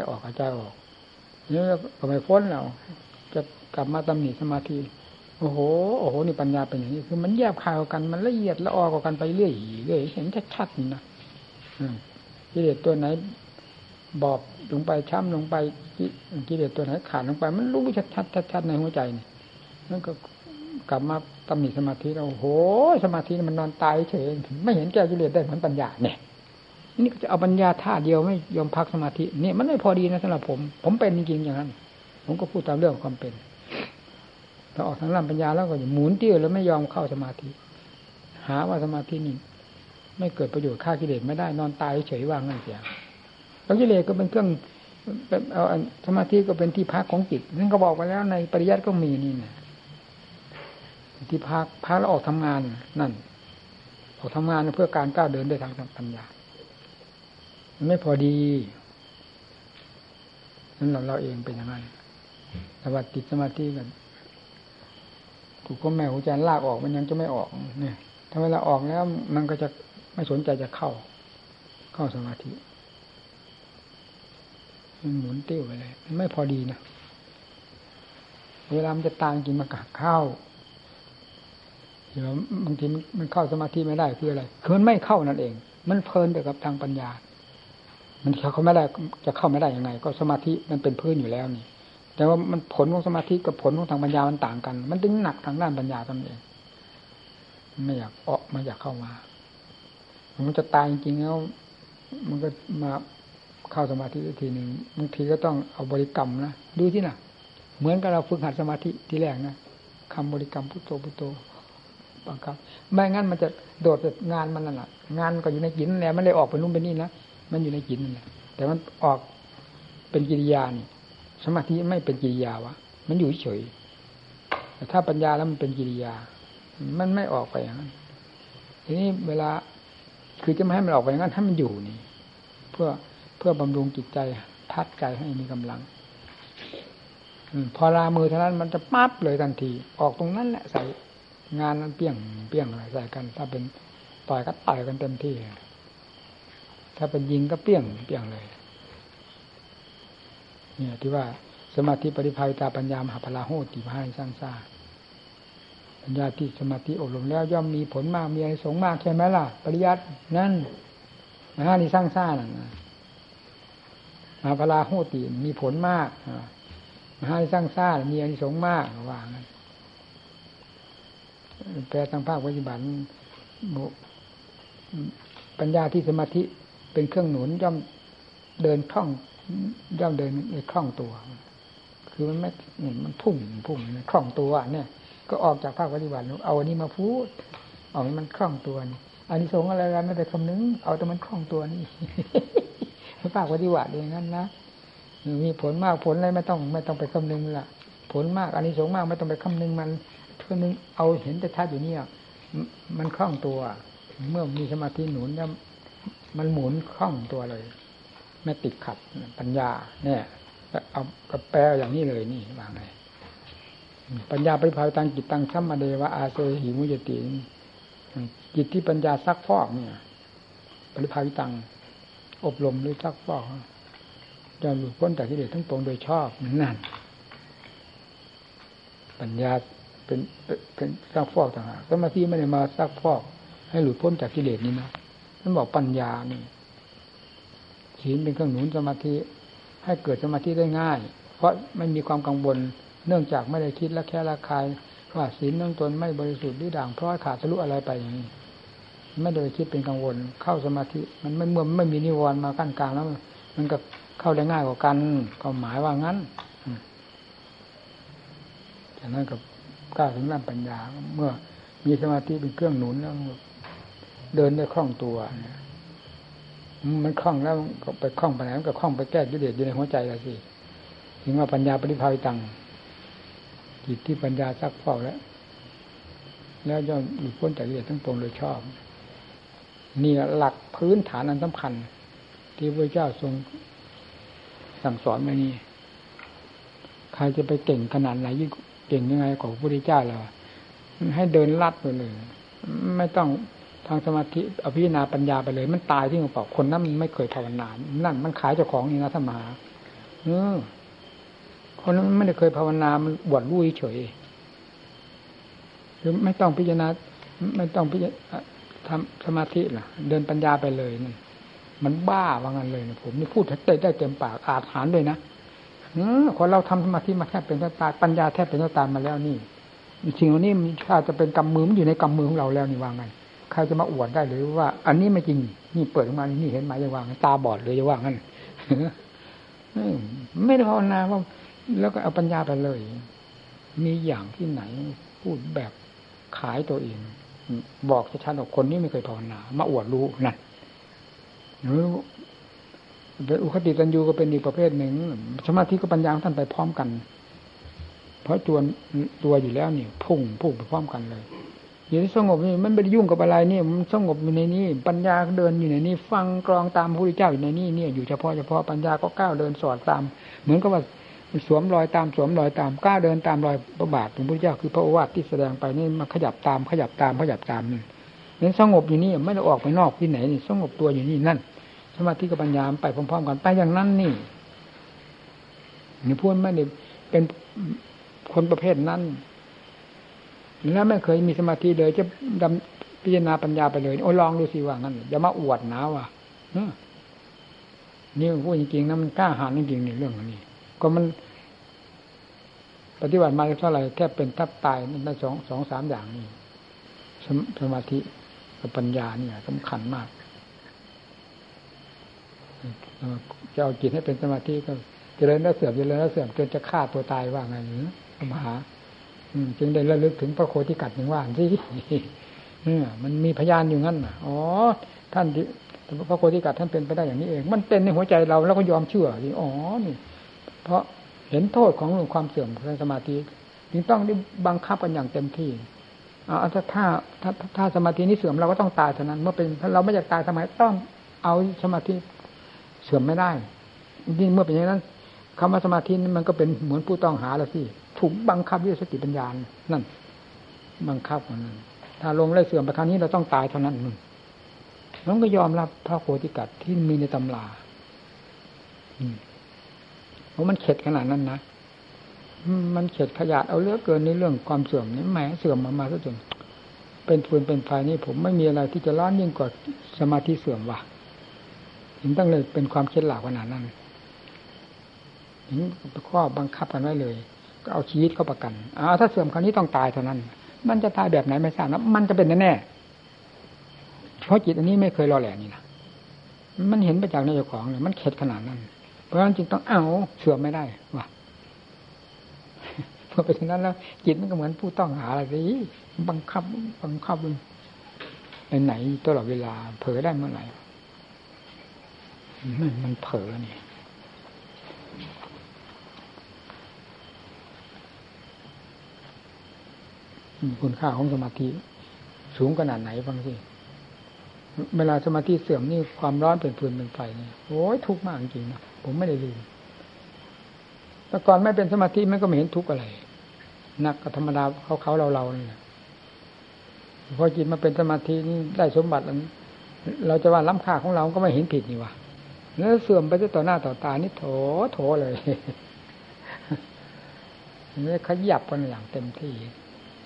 นี่ก็ไม่พ้นเราจะกลับมาตำหนิสมาธิโอ้โหนี่ปัญญาเป็นอย่างนี้คือมันแยบคายกันมันละเอียดละออกกันไปเรื่อยเห็นชัดๆนี่นะกิเลสตัวไหนบอบลงไปช้ำลงไปกิเลสตัวไหนขาดลงไปมันรู้ชัดในหัวใจนี่นั่นก็กลับมาตำหนิสมาธิเราโอ้โหสมาธิมันนอนตายเฉยไม่เห็นแก้กิเลสได้เหมือนปัญญาเนี่ยนี่ก็จะเอาปัญญาท่าเดียวไม่ยอมพักสมาธิเนี่ยมันไม่พอดีนะสำหรับผมเป็นจริงๆอย่างนั้นผมก็พูดตามเรื่องความเป็นถ้าออกทางด้านปัญญาแล้วก็หมุนเตี้ยแล้วไม่ยอมเข้าสมาธิหาว่าสมาธินี่ไม่เกิดประโยชน์ฆ่ากิเลสไม่ได้นอนตายเฉยว่างนั่นเสียแล้วกิเลสก็เป็นเครื่องเอาสมาธิก็เป็นที่พักของจิตนั่นก็บอกไปแล้วในปริยัติก็มีนี่นะที่พักแล้วออกทำงานนั่นออกทำงานเพื่อการก้าวเดินด้วยทางปัญญามันไม่พอดีนั่นเราเองเป็นอย่างนั้นแต่ว่าติดสมาธิกันถูกพ่อแม่ครูอาจารย์ลากออกมันยังจะไม่ออกเนี่ยถ้าเวลาออกแล้วมันก็จะไม่สนใจจะเข้าสมาธิมันหมุนติ้วไปเลยมันไม่พอดีนะเวลามันจะตายจริงมันกัดเข้าเดี๋ยวบางทีมันเข้าสมาธิไม่ได้คืออะไรคือมันไม่เข้านั่นเองมันเพลินแต่กับทางปัญญามันเขาไม่ได้จะเข้าไม่ได้ยังไงก็สมาธิมันเป็นพื้นอยู่แล้วนี่แต่ว่ามันผลของสมาธิกับผลของทางปัญญามันต่างกันมันดึงหนักทางด้านปัญญาตนเองไม่อยากออกมาอยากเข้ามามันจะตายจริงๆแล้วมันก็มาเข้าสมาธิทีหนึ่งบางทีก็ต้องเอาบริกรรมนะดูที่น่ะเหมือนกับเราฝึกหัดสมาธิทีแรกนะคำบริกรรมพุทโธพุทโธบังคับไม่งั้นมันจะโดดจากงานมันนั่นแหละงานก็อยู่ในจิตนั่นแหละมันเลยออกไปนู่นไปนี่นะมันอยู่ในจิตนั่นแหละแต่มันออกเป็นกิริยานี่สมาธิไม่เป็นกิริยาวะมันอยู่เฉยแต่ถ้าปัญญาแล้วมันเป็นกิริยามันไม่ออกไปอย่างนั้นทีนี้เวลาคือจะไม่ให้มันออกไปอย่างนั้นถ้ามันอยู่นี่เพื่อบำรุงจิตใจทัดใจให้มีกำลังพอลามือเท่านั้นมันจะปั๊บเลยทันทีออกตรงนั้นแหละใส่งานนั้นเปี้ยงอะไรใส่กันถ้าเป็นต่อยก็ต่อยกันเต็มที่ถ้าเป็นยิงก็เปี้ยงเลยเนี่ยที่ว่าสมาธิปริภาวิตาปัญญามหาพลาโหติมหานิสร้างซ่าปัญญาที่สมาธิอบรมแล้วย่อมมีผลมากมีอานิสงส์มากใช่ไหมล่ะปริยัตินั่นมหานิสร้างซ่านั่นมหาพลาโหติมีผลมากมหานิสร้างซ่ามีอานิสงส์มากว่างั้นแปลทางภาคปฏิบัติปัญญาที่สมาธิเป็นเครื่องหนุนย่อมเดินคล่องย่อมเดินในคล่องตัวคือมันไม่มันพุ่งคล่องตัวเนี่ยก็ออกจากภาคปฏิบัติเอาอันนี้มาพูดออกมันคล่องตัวนี่อานิสงส์อะไรไม่ได้คำนึงเอาแต่มันคล่องตัวนี่ภาคปฏิบัติอย่างนั้นนะมีผลมากผลอะไรไม่ต้องไปคำนึงล่ะผลมากอานิสงส์มากไม่ต้องไปคำนึงมันเพื่อนึงเอาเห็นแต่ชัดอยู่เนี่ยมันคล่องตัวเมื่อมีสมาธิหนุนแล้วมันหมุนคล่องตัวเลยไม่ติดขัดปัญญาเนี่ยเอากระแปลอย่างนี้เลยนี่ว่าไงปัญญาปริภาวิตังจิตตังสัมมาเดวะอาโซหิมุจติจิตที่ปัญญาซักฟอกเนี่ยปริภาวิตังอบรมหรือซักฟอกจะหลุดพ้นจากกิเลสทั้งปวงโดยชอบนั่นปัญญาเป็นซักฟอกต่างหากสมาธิไม่ได้มาซักฟอกให้หลุดพ้นจากกิเลสนี้นะท่านบอกปัญญานี่ศีลเป็นเครื่องหนุนสมาธิให้เกิดสมาธิได้ง่ายเพราะไม่มีความกังวลเนื่องจากไม่ได้คิดและแค่ละคายว่าศีลเนื่องตนไม่บริสุทธิ์หรือด่างเพราะขาดทะลุอะไรไปอย่างนี้ไม่ได้คิดเป็นกังวลเข้าสมาธิมันไม่เมื่อไม่มีนิวรณ์มากั้นกลางแล้วมันก็เข้าได้ง่ายกว่ากันก็หมายว่างั้นจากนั้นก็ก้าวถึงด้านปัญญาเมื่อมีสมาธิเป็นเครื่องหนุนแล้วเดินได้คล่องตัวมันคล่องแล้วก็ไปคล่องไปไหนมันก็คล่องไปแก้กิเลสอยู่ในหัวใจแล้วสิถึงว่าปัญญาปริภาวิตังจิตที่ปัญญาซักฟอกแล้วย่อมหลุดพ้นจากกิเลสทั้งปวงโดยชอบนี่หลักพื้นฐานอันสำคัญที่พระเจ้าทรงสั่งสอนมานี่ใครจะไปเก่งขนาดไหนยิ่งเก่งยังไงกว่าพระพุทธเจ้าเราให้เดินลัดไปเลยไม่ต้องทางสมาธิอภิญญาปัญญาไปเลยมันตายที่เปล่าคนนั้นมันไม่เคยภาวนานั่นมันขายเจ้าของนี่นะธรรมะคนนั้นไม่ได้เคยภาวนามันบวชรู้เฉยหรือไม่ต้องพิจารณาไม่ต้องพิจารณาทำสมาธิล่ะเดินปัญญาไปเลยนั่นมันบ้าว่างั้นเลยนะผมนี่พูดได้เต็มปากอาถรรพ์ด้วยนะคนเราทำสมาธิมาแทบเป็นตายปัญญาแทบเป็นตายมาแล้วนี่สิ่งเหล่านี้ถ้าจะเป็นกำมือมันอยู่ในกำมือของเราแล้วนี่ว่าไงใครจะมาอวดได้หรือว่าอันนี้ไม่จริงนี่เปิดออกมานี่เห็นไหมจะว่าตาบอดเลยจะว่างั้นไม่ได้ภาวนาว่าแล้วก็เอาปัญญาไปเลยมีอย่างที่ไหนพูดแบบขายตัวเองบอกชัดๆว่าคนนี้ไม่เคยภาวนามาอวดรู้นั่นหรือเป็นอุคติตัญญูก็เป็นอีกประเภทหนึ่งสมาธิกับปัญญาท่านไปพร้อมกันเพราะตัวอยู่แล้วนี่พุ่งไปพร้อมกันเลยอยู่ในสงบนี่มันไม่ได้ยุ่งกับอะไรนี่มันสงบอยู่ในนี้ปัญญาเดินอยู่ในนี้ฟังกรองตามพระพุทธเจ้าอยู่ในนี้เนี่ยอยู่เฉพาะปัญญาก็ก้าวเดินสอดตามเหมือนกับว่าสวมรอยตามก้าวเดินตามรอยพระบาทของพระพุทธเจ้าคือพระโอวาทที่แสดงไปนี่มันขยับตามนี่นั่นสงบอยู่นี่ไม่ได้ออกไปนอกที่ไหนนี่สงบตัวอยู่นี่นั่นสมาธิกับปัญญาไปพร้อมๆกันไปอย่างนั้นนี่พูดไม่ได้เป็นคนประเภทนั้นแล้วไม่เคยมีสมาธิเลยจะดำพิจารณาปัญญาไปเลยโอ้ลองดูสิว่างั้นอย่ามาอวดนะว่านี่พูดจริงๆนะมันกล้าหาญจริงๆในเรื่องนี้ก็มันปฏิบัติมาเท่าไหร่แค่เป็นทับตายมันได้สองสามอย่างนี่สมาธิกับปัญญาเนี่ยสำคัญมากจะเอาจิตให้เป็นสมาธิก็เจริญแล้วเสื่อมจนจะฆ่าตัวตายว่าไงหรือมหาจึงได้ระลึกถึงพระโคติกัดอย่างว่าสิมันมีพยานอยู่งั้นอ๋อท่านพระโคติกัดท่านเป็นไปได้อย่างนี้เองมันเป็นในหัวใจเราแล้วก็ยอมเชื่ออ๋อนี่เพราะเห็นโทษของความเสื่อมของสมาธิจึงต้องได้บังคับกันอย่างเต็มที่ถ้าสมาธินี้เสื่อมเราก็ต้องตายเท่านั้นเมื่อเป็นเราไม่อยากตายทำไมต้องเอาสมาธิเสื่อมไม่ได้ยิ่งเมื่อเป็นอย่างนั้นคำว่าสมาธินี่มันก็เป็นเหมือนผู้ต้องหาแล้วที่ถูกบังคับด้วยสติปัญญานั่นบังคับของนั้นถ้าลงเลยเสื่อมไปคราวนี้เราต้องตายเท่านั้นน้องก็ยอมรับพระโคติกัดที่มีในตำราเพราะมันเข็ดขนาดนั้นนะมันเข็ดขยาดเอาเลือกเกินในเรื่องความเสื่อมนี่แหมเสื่อมมาซะจนเป็นฟืนเป็นไฟนี่ผมไม่มีอะไรที่จะร้อนยิ่งกว่าสมาธิเสื่อมว่ะถึงต้องเลยเป็นความเคล็ดลับขนาดนั้นถึงข้อบังคับกันไว้เลยก็เอาชีวิตเข้าประกันถ้าเสื่อมคราวนี้ต้องตายเท่านั้นมันจะตายแบบไหนไม่ทราบนะมันจะเป็นแน่ๆเพราะจิตอันนี้ไม่เคยรอแหล่นี่นะมันเห็นไปจากในเจ้าของเลยมันเข็ดขนาดนั้นเพราะฉะนั้นจึงต้องเอาเสื่อมไม่ได้ว่ะพอเป็นฉะนั้นแล้วจิตมันก็เหมือนผู้ต้องหาอะไรสิบังคับไหนตลอดเวลาเผลอได้เมื่อไหร่มันเผลอนี่คุณค่าของสมาธิสูงขนาดไหนฟังสิเวลาสมาธิเสื่อมนี่ความร้อนเป็นฟืนเป็นไฟนี่โอ้ยทุกข์มากจริงนะผมไม่ได้ลืมแต่ก่อนไม่เป็นสมาธิมันก็ไม่เห็นทุกข์อะไรนักธรรมดาเขาเราเนี่ยพอจิตมาเป็นสมาธินี่ได้สมบัติเราจะว่าล้ำค่าของเราก็ไม่เห็นผิดนี่วะแล้วเสื่อมไปต่อหน้าต่อตานี่โถเลยนี่ขยับกันอย่างเต็มที่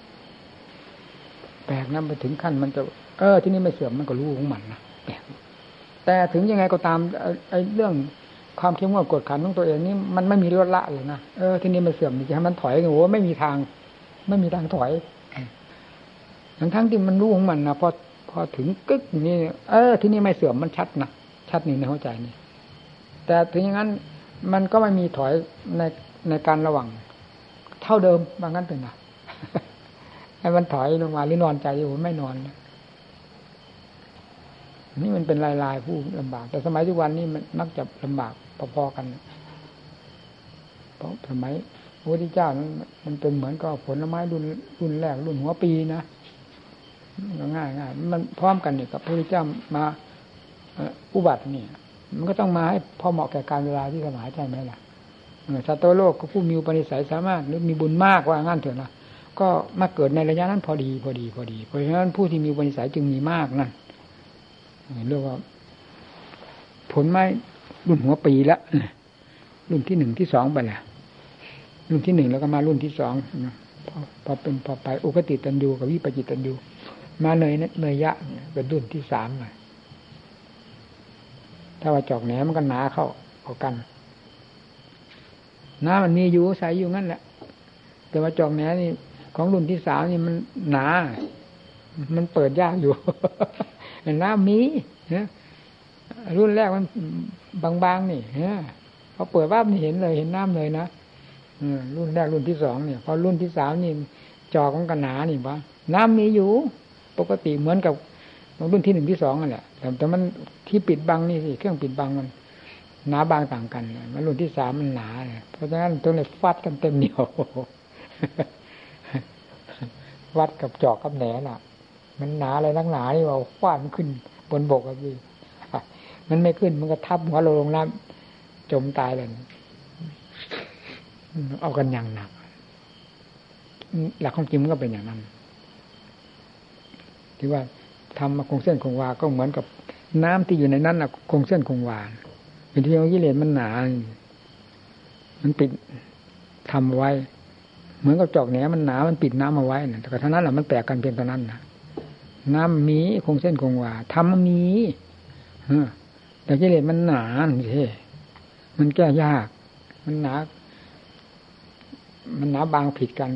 แปลกนะไปถึงขั้นมันจะที่นี่ไม่เสื่อมมันก็รู้ของมันนะแปลกแต่ถึงยังไงก็ตามไอ้เรื่องความเข้มงวดกวดขันของตัวเองนี่มันไม่มีลดละเลยนะที่นี่ไม่เสื่อมจะให้มันถอยโอ้โหไม่มีทางถอยทั้งที่มันรู้ของมันนะพอถึงกึกนี่ที่นี่ไม่เสื่อมมันชัดนะชัดนี่ในหัวใจนี่แต่ถึงอย่างนั้นมันก็ไม่มีถอยในการระวังเท่าเดิมบางงั้นเป็นนะให้มันถอยลงมาหรือนอนใจอยู่ไม่นอนนี่มันเป็นลายผู้ลำบากแต่สมัยทุกวันนี้มันมักจะลำบากพอๆกันเพราะสมัยพระพุทธเจ้านั้นมันเป็นเหมือนกับผลไม้รุ่นแรกรุ่นหัวปีนะง่ายมันพร้อมกันนี่กับพระพุทธเจ้ามาอุบัตินี่มันก็ต้องมาให้พอเหมาะแก่การเวลาที่สมัยใช่ไหมล่ะสัตว์โลกก็ผู้มีอุปนิสัยสามารถหรือมีบุญมากว่างั้นเถอะนะก็มาเกิดในระยะนั้นพอดีเพราะฉะนั้นผู้ที่มีอุปนิสัยจึงมีมากนั่นเรียกว่าผลไม้รุ่นหัวปีละรุ่นที่1ที่2ไปแล้วรุ่นที่1แล้วก็มารุ่นที่2พอไปอุคติตันยูกับวิปจิตันยูมาเนยยะเป็นรุ่นที่3เลยถ้าว่าจอกแหนมันก็หนาเข้ากันน้ำมันมีอยู่ใสอยู่งั้นแหละแต่ว่าจอกแหนนี่ของรุ่นที่3นี่มันหนามันเปิดยากอยู่น้ำมีรุ่นแรกมันบางๆนี่พอเปิดว่ามันเห็นเลยเห็นน้ำเลยนะรุ่นแรกรุ่นที่2เนี่ยพอรุ่นที่3นี่จอกของกันหนานี่วะน้ำมีอยู่ปกติเหมือนกับรุ่นที่1ที่2นั่นแหละแต่มันที่ปิดบังนี่สิเครื่องปิดบังมันหนาบางต่างกันมันรุ่นที่3มันหนาเพราะฉะนั้นต้องเลยฟัดกันเต็มเหนียววัดกับจอกกับแหนล่ะมันหนาอะไรนักหนานี่ว่าฟาดมันขึ้นบนบกอ่ะพี่มันไม่ขึ้นมันก็ทับหัวลงน้ำจมตายเลยเอากันอย่างหนักหลักของจริงมันก็เป็นอย่างนั้นที่ว่าทำมาคงเส้นคงวาก็เหมือนกับน้ำที่อยู่ในนั้นน่ะคงเส้นคงวาเป็นที่ว่ากิเลสมันหนามันปิดทำไว้เหมือนกับจอกแหนมันหนามันปิดน้ำเอาไว้นะแต่เท่านั้นแหละมันแปลกกันเพียงเท่านั้นนะน้ำมีคงเส้นคงวาทำมันมีแต่กิเลสมันหนาสิมันแก้ยากมันหนาบางผิดกัน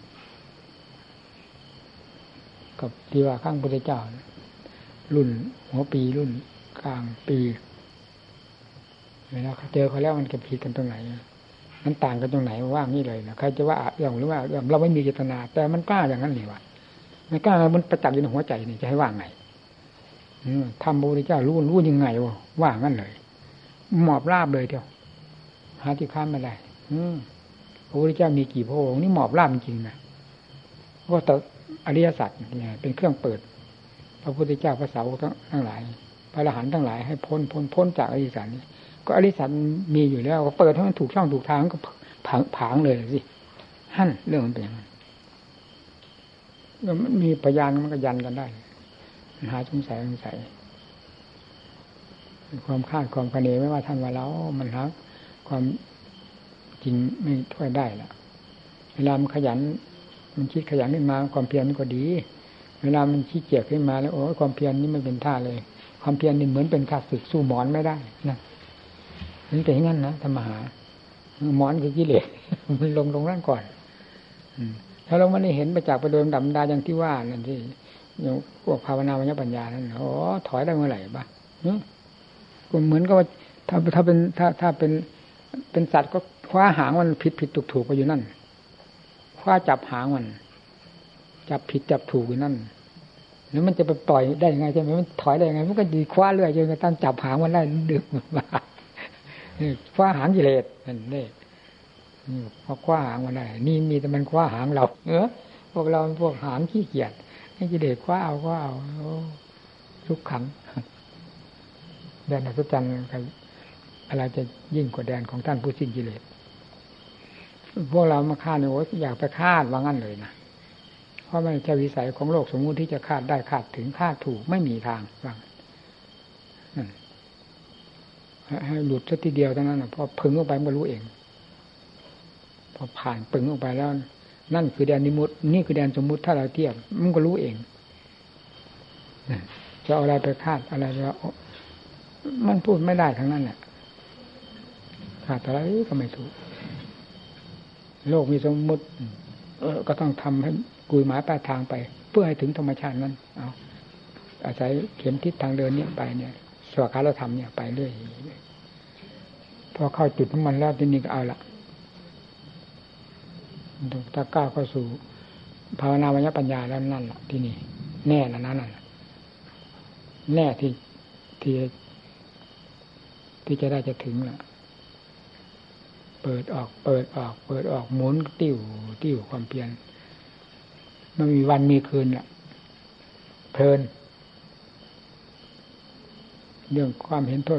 กับที่ว่าข้างพุทธเจ้ารุ่นหัวปีรุ่นกลางปีเวลาเจอเขาแล้วมันจะผิดกันตรงไหนมันต่างกันตรงไหนว่างี้เลยนะใครจะว่าเรื่องหรือว่าเราไม่มีเจตนาแต่มันกล้าอย่างนั้นนี่วะมันกล้ามันประจักษ์อยู่ในหัวใจนี่จะให้ว่าไงทำพระพุทธเจ้ารู้ยังไงว่างั้นเลยหมอบราบเลยเดียวหาที่ข้ามไม่ได้พระพุทธเจ้ามีกี่พระองค์นี่หมอบราบจริงๆนะเพราะแต่อริยสัจเนี่ยเป็นเครื่องเปิดพระพุทธเจ้าพระสาวกทั้งหลายพระอรหันต์ทั้งหลายให้พ้นจากอริยสัจนี้ก็อริยสัจมีอยู่แล้วก็เปิดให้มันถูกช่องถูกทางก็ผางเลยสิหั่นเรื่องมันเป็นอย่างนั้นมันมีพยานมันก็ยันกันได้หาสงสัยความคาดความคะเนไม่ว่าท่านว่าแล้วมันหาความจริงไม่ค่อยได้ละเวลามันขยันมันคิดขยันขึ้นมาความเพียรมันก็ดีเวลามันขี้เกียจขึ้นมาแล้วโอ้ความเพียรนี่ไม่เป็นท่าเลยความเพียรนี่เหมือนเป็นข้าศึกสู้หมอนไม่ได้นะนี่เป็นอย่างนั้นนะธรรมหาหมอนคือกิเลสมันลงนั่นก่อนถ้าเราไม่ได้เห็นไปจากประโดมดำดาอย่างที่ว่านั่นที่อย่างพวกภาวนาวิญญาปัญญานั่นโอ้ถอยได้เมื่อไหร่บ้างก็เหมือนกับว่าถ้าเป็นสัตว์ก็คว้าหางมันผิดถูกไปอยู่นั่นคว้าจับหางมันจับผิดจับถูกอยู่นั่นแล้วมันจะไปปล่อยได้ยังไงใช่ไหมมันถอยได้ยังไงมันก็ดีคว้าเรื่อยจนกระทั่งจับหางมันได้ดึงมาคว้าหางกิเลสนั่นนี่พอคว้าหางมันได้นี่มีแต่มันคว้าหางเราพวกเราพวกหางขี้เกียจให้กิเลสคว้าเอาทุกขังแดนอัศจรรย์อะไรจะยิ่งกว่าแดนของท่านผู้สิ้นกิเลสพวกเรามาคาดเนี่ยโอ้ยอยากไปคาดว่างั้นเลยนะเพราะไม่ใช่วิสัยของโลกสมมุติที่จะคาดได้คาดถึงคาดถูกไม่มีทางว่านั่นให้หลุดสักทีเดียวเท่านั้นนะพอพึงออกไปมันก็รู้เองพอผ่านปึงออกไปแล้วนั่นคือแดนนิมุตินี่คือแดนสมมุติถ้าเราเทียบมันก็รู้เองจะเอาอะไรไปคาดอะไรแล้วมันพูดไม่ได้ทั้งนั้นแหละคาดอะไรก็ไม่ถูกโลกมีสมมุติก็ต้องทำให้กุยหมายปลายทางไปเพื่อให้ถึงธรรมชาตินั้นเอาอาศัยเข็มทิศทางเดินนี้ไปเนี่ยสวากาลธรรมเนี่ยไปเรื่อยพอเข้าจุดของมันแล้วทีนี้ก็เอาละถ้าก้าวเข้าสู่ภาวนามยปัญญาแล้วนั่นแหละที่นี่แน่แล้วนั่นแน่ที่จะได้จะถึงล่ะเปิดออกหมุนติ้วความเพียรมันมีวันมีคืนล่ะเพลินเรื่องความเห็นโทษ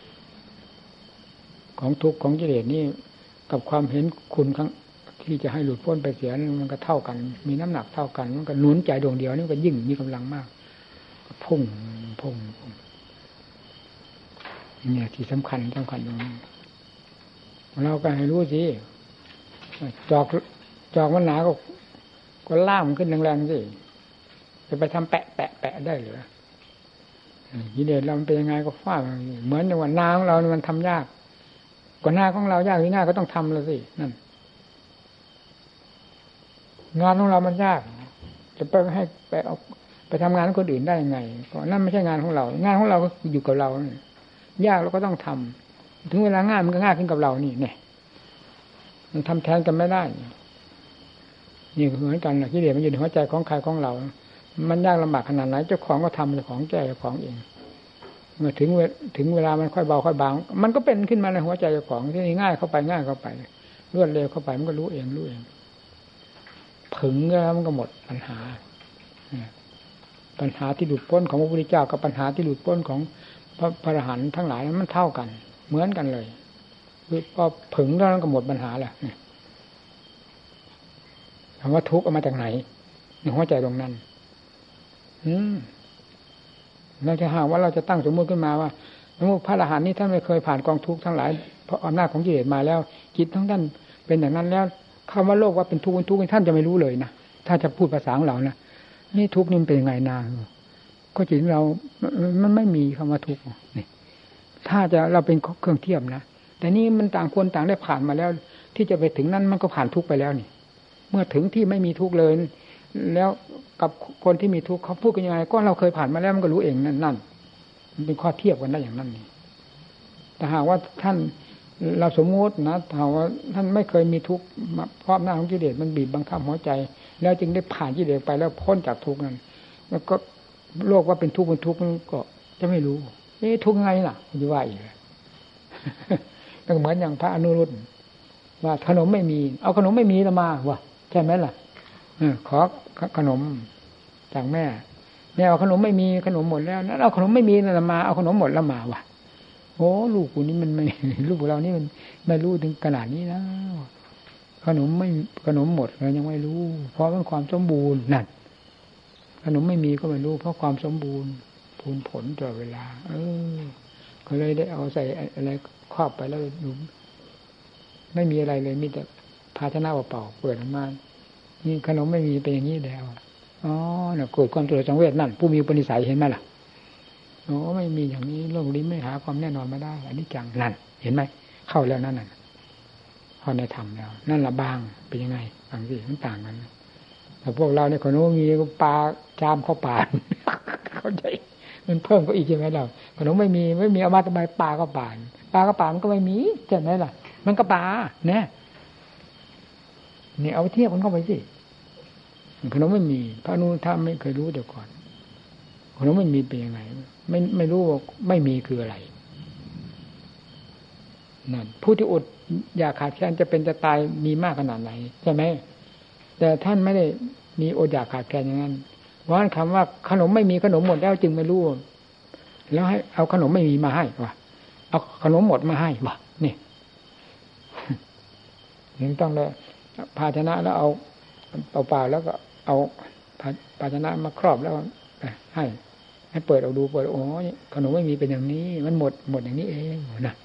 ของทุกข์ของกิเลสนี่กับความเห็นคุณที่จะให้หลุดพ้นไปเสียมันก็เท่ากันมีน้ำหนักเท่ากันมันก็หนุนใจดวงเดียวนี่ก็ยิ่งมีกำลังมากพุ่งเนี่ยที่สำคัญตรงนี้เราก็ให้รู้สิจอกมันหนาก็ล่ามขึ้นแรงๆสิจะไปทำแปะได้หรือกิเลสเรามันเป็นยังไงก็ฟาดเหมือนอย่างว่านาของเรามันทำยากกว่าหน้าของเรายากที่หน้าก็ต้องทำแล้วสินั่นงานของเรามันยากจะไปให้ไปทำงานคนอื่นได้ยังไงก็นั่นไม่ใช่งานของเรางานของเราก็อยู่กับเรายากเราก็ต้องทำถึงเวลาง่ายมันก็ง่ายขึ้นกับเรานี่เนี่ยมันทำแทนกันไม่ได้นี่เหมือนกันกิเลสมันอยู่ในหัวใจของใครของเรามันยากลำบากขนาดไหนเจ้าของก็ทำเจ้าของแก้เจ้าของเองเมื่อถึงเวลามันค่อยเบาค่อยบางมันก็เป็นขึ้นมาในหัวใจเจ้าของที่ง่ายเข้าไปรวดเร็วเข้าไปมันก็รู้เองผึ่งแล้วมันก็หมดปัญหาที่หลุดพ้นของพระพุทธเจ้ากับปัญหาที่หลุดพ้นของพระอรหันต์ทั้งหลายมันเท่ากันเหมือนกันเลยคือพอผึ่งแล้วมันก็หมดปัญหาแหละถามว่าทุกข์เอามาจากไหนในหัวใจตรงนั้นเราจะหาว่าเราจะตั้งสมมติขึ้นมาว่าสมมติพระอรหันต์นี้ท่านไม่เคยผ่านกองทุกข์ทั้งหลายเพราะอำนาจของกิเลสมาแล้วจิตทั้งท่านเป็นอย่างนั้นแล้วคำว่าโลกว่าเป็นทุกข์ท่านจะไม่รู้เลยนะถ้าจะพูดภาษาของเรานะนี่ทุกข์นี่เป็นยังไงนาก็จิตเรามันไม่มีคำว่าทุกข์นี่ถ้าจะเราเป็นเครื่องเทียบนะแต่นี่มันต่างคนต่างได้ผ่านมาแล้วที่จะไปถึงนั้นมันก็ผ่านทุกข์ไปแล้วนี่เมื่อถึงที่ไม่มีทุกข์เลยแล้วกับคนที่มีทุกข์เขาพูดกันยังไงก็เราเคยผ่านมาแล้วมันก็รู้เองนั่นมันเป็นข้อเทียบกันได้อย่างนั้นนี่แต่หากว่าท่านเราสมมตินะถ้าว่าท่านไม่เคยมีทุกข์เพราะอำนาจของกิเลสมันบีบบังคับหัวใจแล้วจึงได้ผ่านกิเลสไปแล้วพ้นจากทุกข์นั้นแล้วก็โลกว่าเป็นทุกข์ก็จะไม่รู้ทุกข์ไงล่ะจะว่าอีกก็เหมือนอย่างพระอนุรุตว่าขนมไม่มีเอาขนมไม่มีละมาวะใช่ไหมล่ะขอขนมจากแม่เอาขนมไม่มีขนมหมดแล้วนั้นเอาขนมไม่มีละมาเอาขนมหมดละมาวะโอ้ลูกกูนี่มันไม่ลูกเรานี่มันไม่รู้ถึงขนาดนี้นะขนมหมดเรายังไม่รู้เพราะมันความสมบูรณ์นั่นขนมไม่มีก็ไม่รู้เพราะความสมบูรณ์พูนผลตลอดเวลาก็เลยได้เอาใส่อะไรครอบไปแล้วดูไม่มีอะไรเลยมีแต่ภาชนะเปล่าๆเปิดออกมานี่ขนมไม่มีเป็นอย่างนี้แล้วเนี่ยเกิดความตัวสังเวชนั่นผู้มีอุปนิสัยเห็นไหมล่ะไม่มีอย่างนี้โลกนี้ไม่หาความแน่นอนมาได้อันนี้จังนั่นเห็นไหมเข้าแล้วนั่นน่ะเข้าในธรรมแล้วนั่นละบางเป็นยังไงบางสิมันต่างกันแต่พวกเราเนี่ยขนมมีปลาจามเข้าปากเข้าใจมันเพิ่มก็อีกใช่ไหมเราขนมไม่มีเอามาทำไมปลาก็ป่านมันก็ไม่มีใช่ไหมล่ะมันก็ปลาเนี่ยนี่เอาเทียบมันเข้าไปสิขนมไม่มีพระอนุรุทธะไม่เคยรู้เดี๋ยวก่อนขนมไม่มีเป็นยังไงไม่รู้ว่าไม่มีคืออะไรนั่นผู้ที่อดอยากขาดแคลนจะเป็นจะตายมีมากขนาดไหนใช่ไหมแต่ท่านไม่ได้มีอดอยากขาดแคลนอย่างนั้นเพราะฉะนั้นคำว่าขนมไม่มีขนมหมดแล้วจึงไม่รู้แล้วให้เอาขนมไม่มีมาให้ว่ะเอาขนมหมดมาให้ว่ะนี่ยังต้องเลยภาชนะแล้วเอาเปล่าๆแล้วก็เอาภาชนะมาครอบแล้วให้เปิดเอาดูเปิดขนมไม่มีเป็นอย่างนี้มันหมดอย่างนี้เองนะ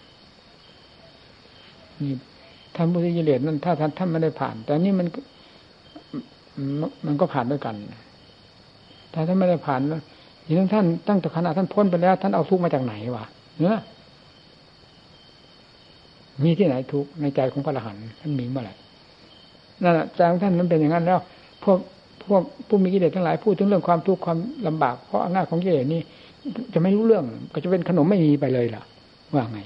นี่ท่านผู้ที่กิเลสนั่นถ้าท่านไม่ได้ผ่านแต่นี่มันก็ผ่านด้วยกันถ้าท่านไม่ได้ผ่านทีนั้นท่านตั้งแต่ขณะท่านพ้นไปแล้วท่านเอาทุกข์มาจากไหนวะเนี่ยมีที่ไหนทุกข์ในใจของพระอรหันต์ท่านมีเมื่อไหร่นั่นแหละใจของท่านนั้นเป็นอย่างนั้นแล้วพวกผู้มีกิเลสทั้งหลายพูดถึงเรื่องความทุกข์ความลำบากเพราะอำนาจของกิเลสนี่จะไม่รู้เรื่องก็จะเป็นขนมไม่มีไปเลยล่ะว่าไง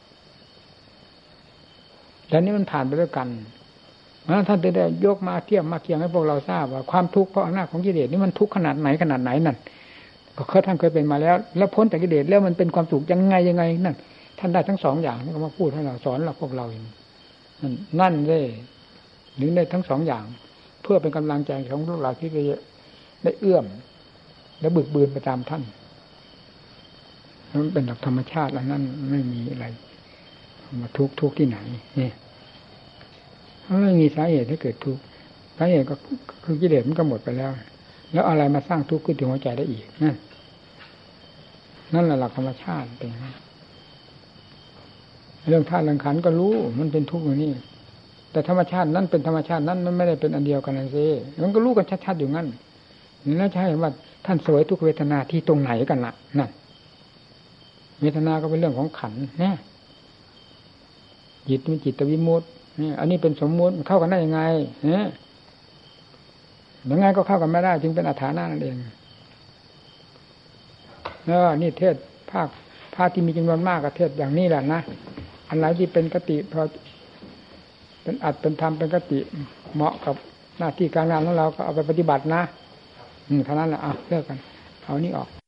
แต่นี้มันผ่านไปด้วยกันท่านได้ยกมาเทียบมาเคียงให้พวกเราทราบว่าความทุกข์เพราะอำนาจของกิเลสนี่มันทุกข์ขนาดไหนนั่นก็ท่านเคยเป็นมาแล้วแล้วพ้นจากกิเลสแล้วมันเป็นความสุขยังไงนั่นท่านได้ทั้งสองอย่างนี่ก็มาพูดให้เราสอนเราพวกเรานั่นเลยหรือได้ทั้งสองอย่างเพื่อเป็นกำลังใจของพวกเราที่ได้เอื้อมและบึกบืนไปตามท่านมันเป็นหลักธรรมชาติแล้วนั่นไม่มีอะไรมาทุกข์ที่ไหนนี่ไม่มีสาเหตุให้เกิดทุกข์สาเหตุก็คือกิเลสมันก็หมดไปแล้วแล้วอะไรมาสร้างทุกข์ขึ้นถึงหัวใจได้อีกนั่นแหละหลักธรรมชาติเป็นอย่างนั้นเรื่องธาตุเรื่องขันธ์ก็รู้มันเป็นทุกข์อยู่นี่แต่ธรรมชาตินั้นเป็นธรรมชาตินั้นมันไม่ได้เป็นอันเดียวกันนั่นสิมันก็รู้กันชัดๆอยู่งั้นแล้วจะให้ว่าท่านเสวยทุกเวทนาที่ตรงไหนกันล่ะนั่นเวทนาก็เป็นเรื่องของขันธ์นะจิตเป็นจิตวิมุตติอันนี้เป็นสมมุติมันเข้ากันได้ยังไงยังไงก็เข้ากันไม่ได้จึงเป็นอัฏฐานะนั่นเองนี่เทศภาคที่มีจำนวนมากกับเทศอย่างนี้แหละนะอันไหนที่เป็นคติพอเป็นอัตเป็นธรรมเป็นคติเหมาะกับหน้าที่การงานของเราก็เอาไปปฏิบัตินะเท่านั้นแหละเลิกกันเอานี่ออก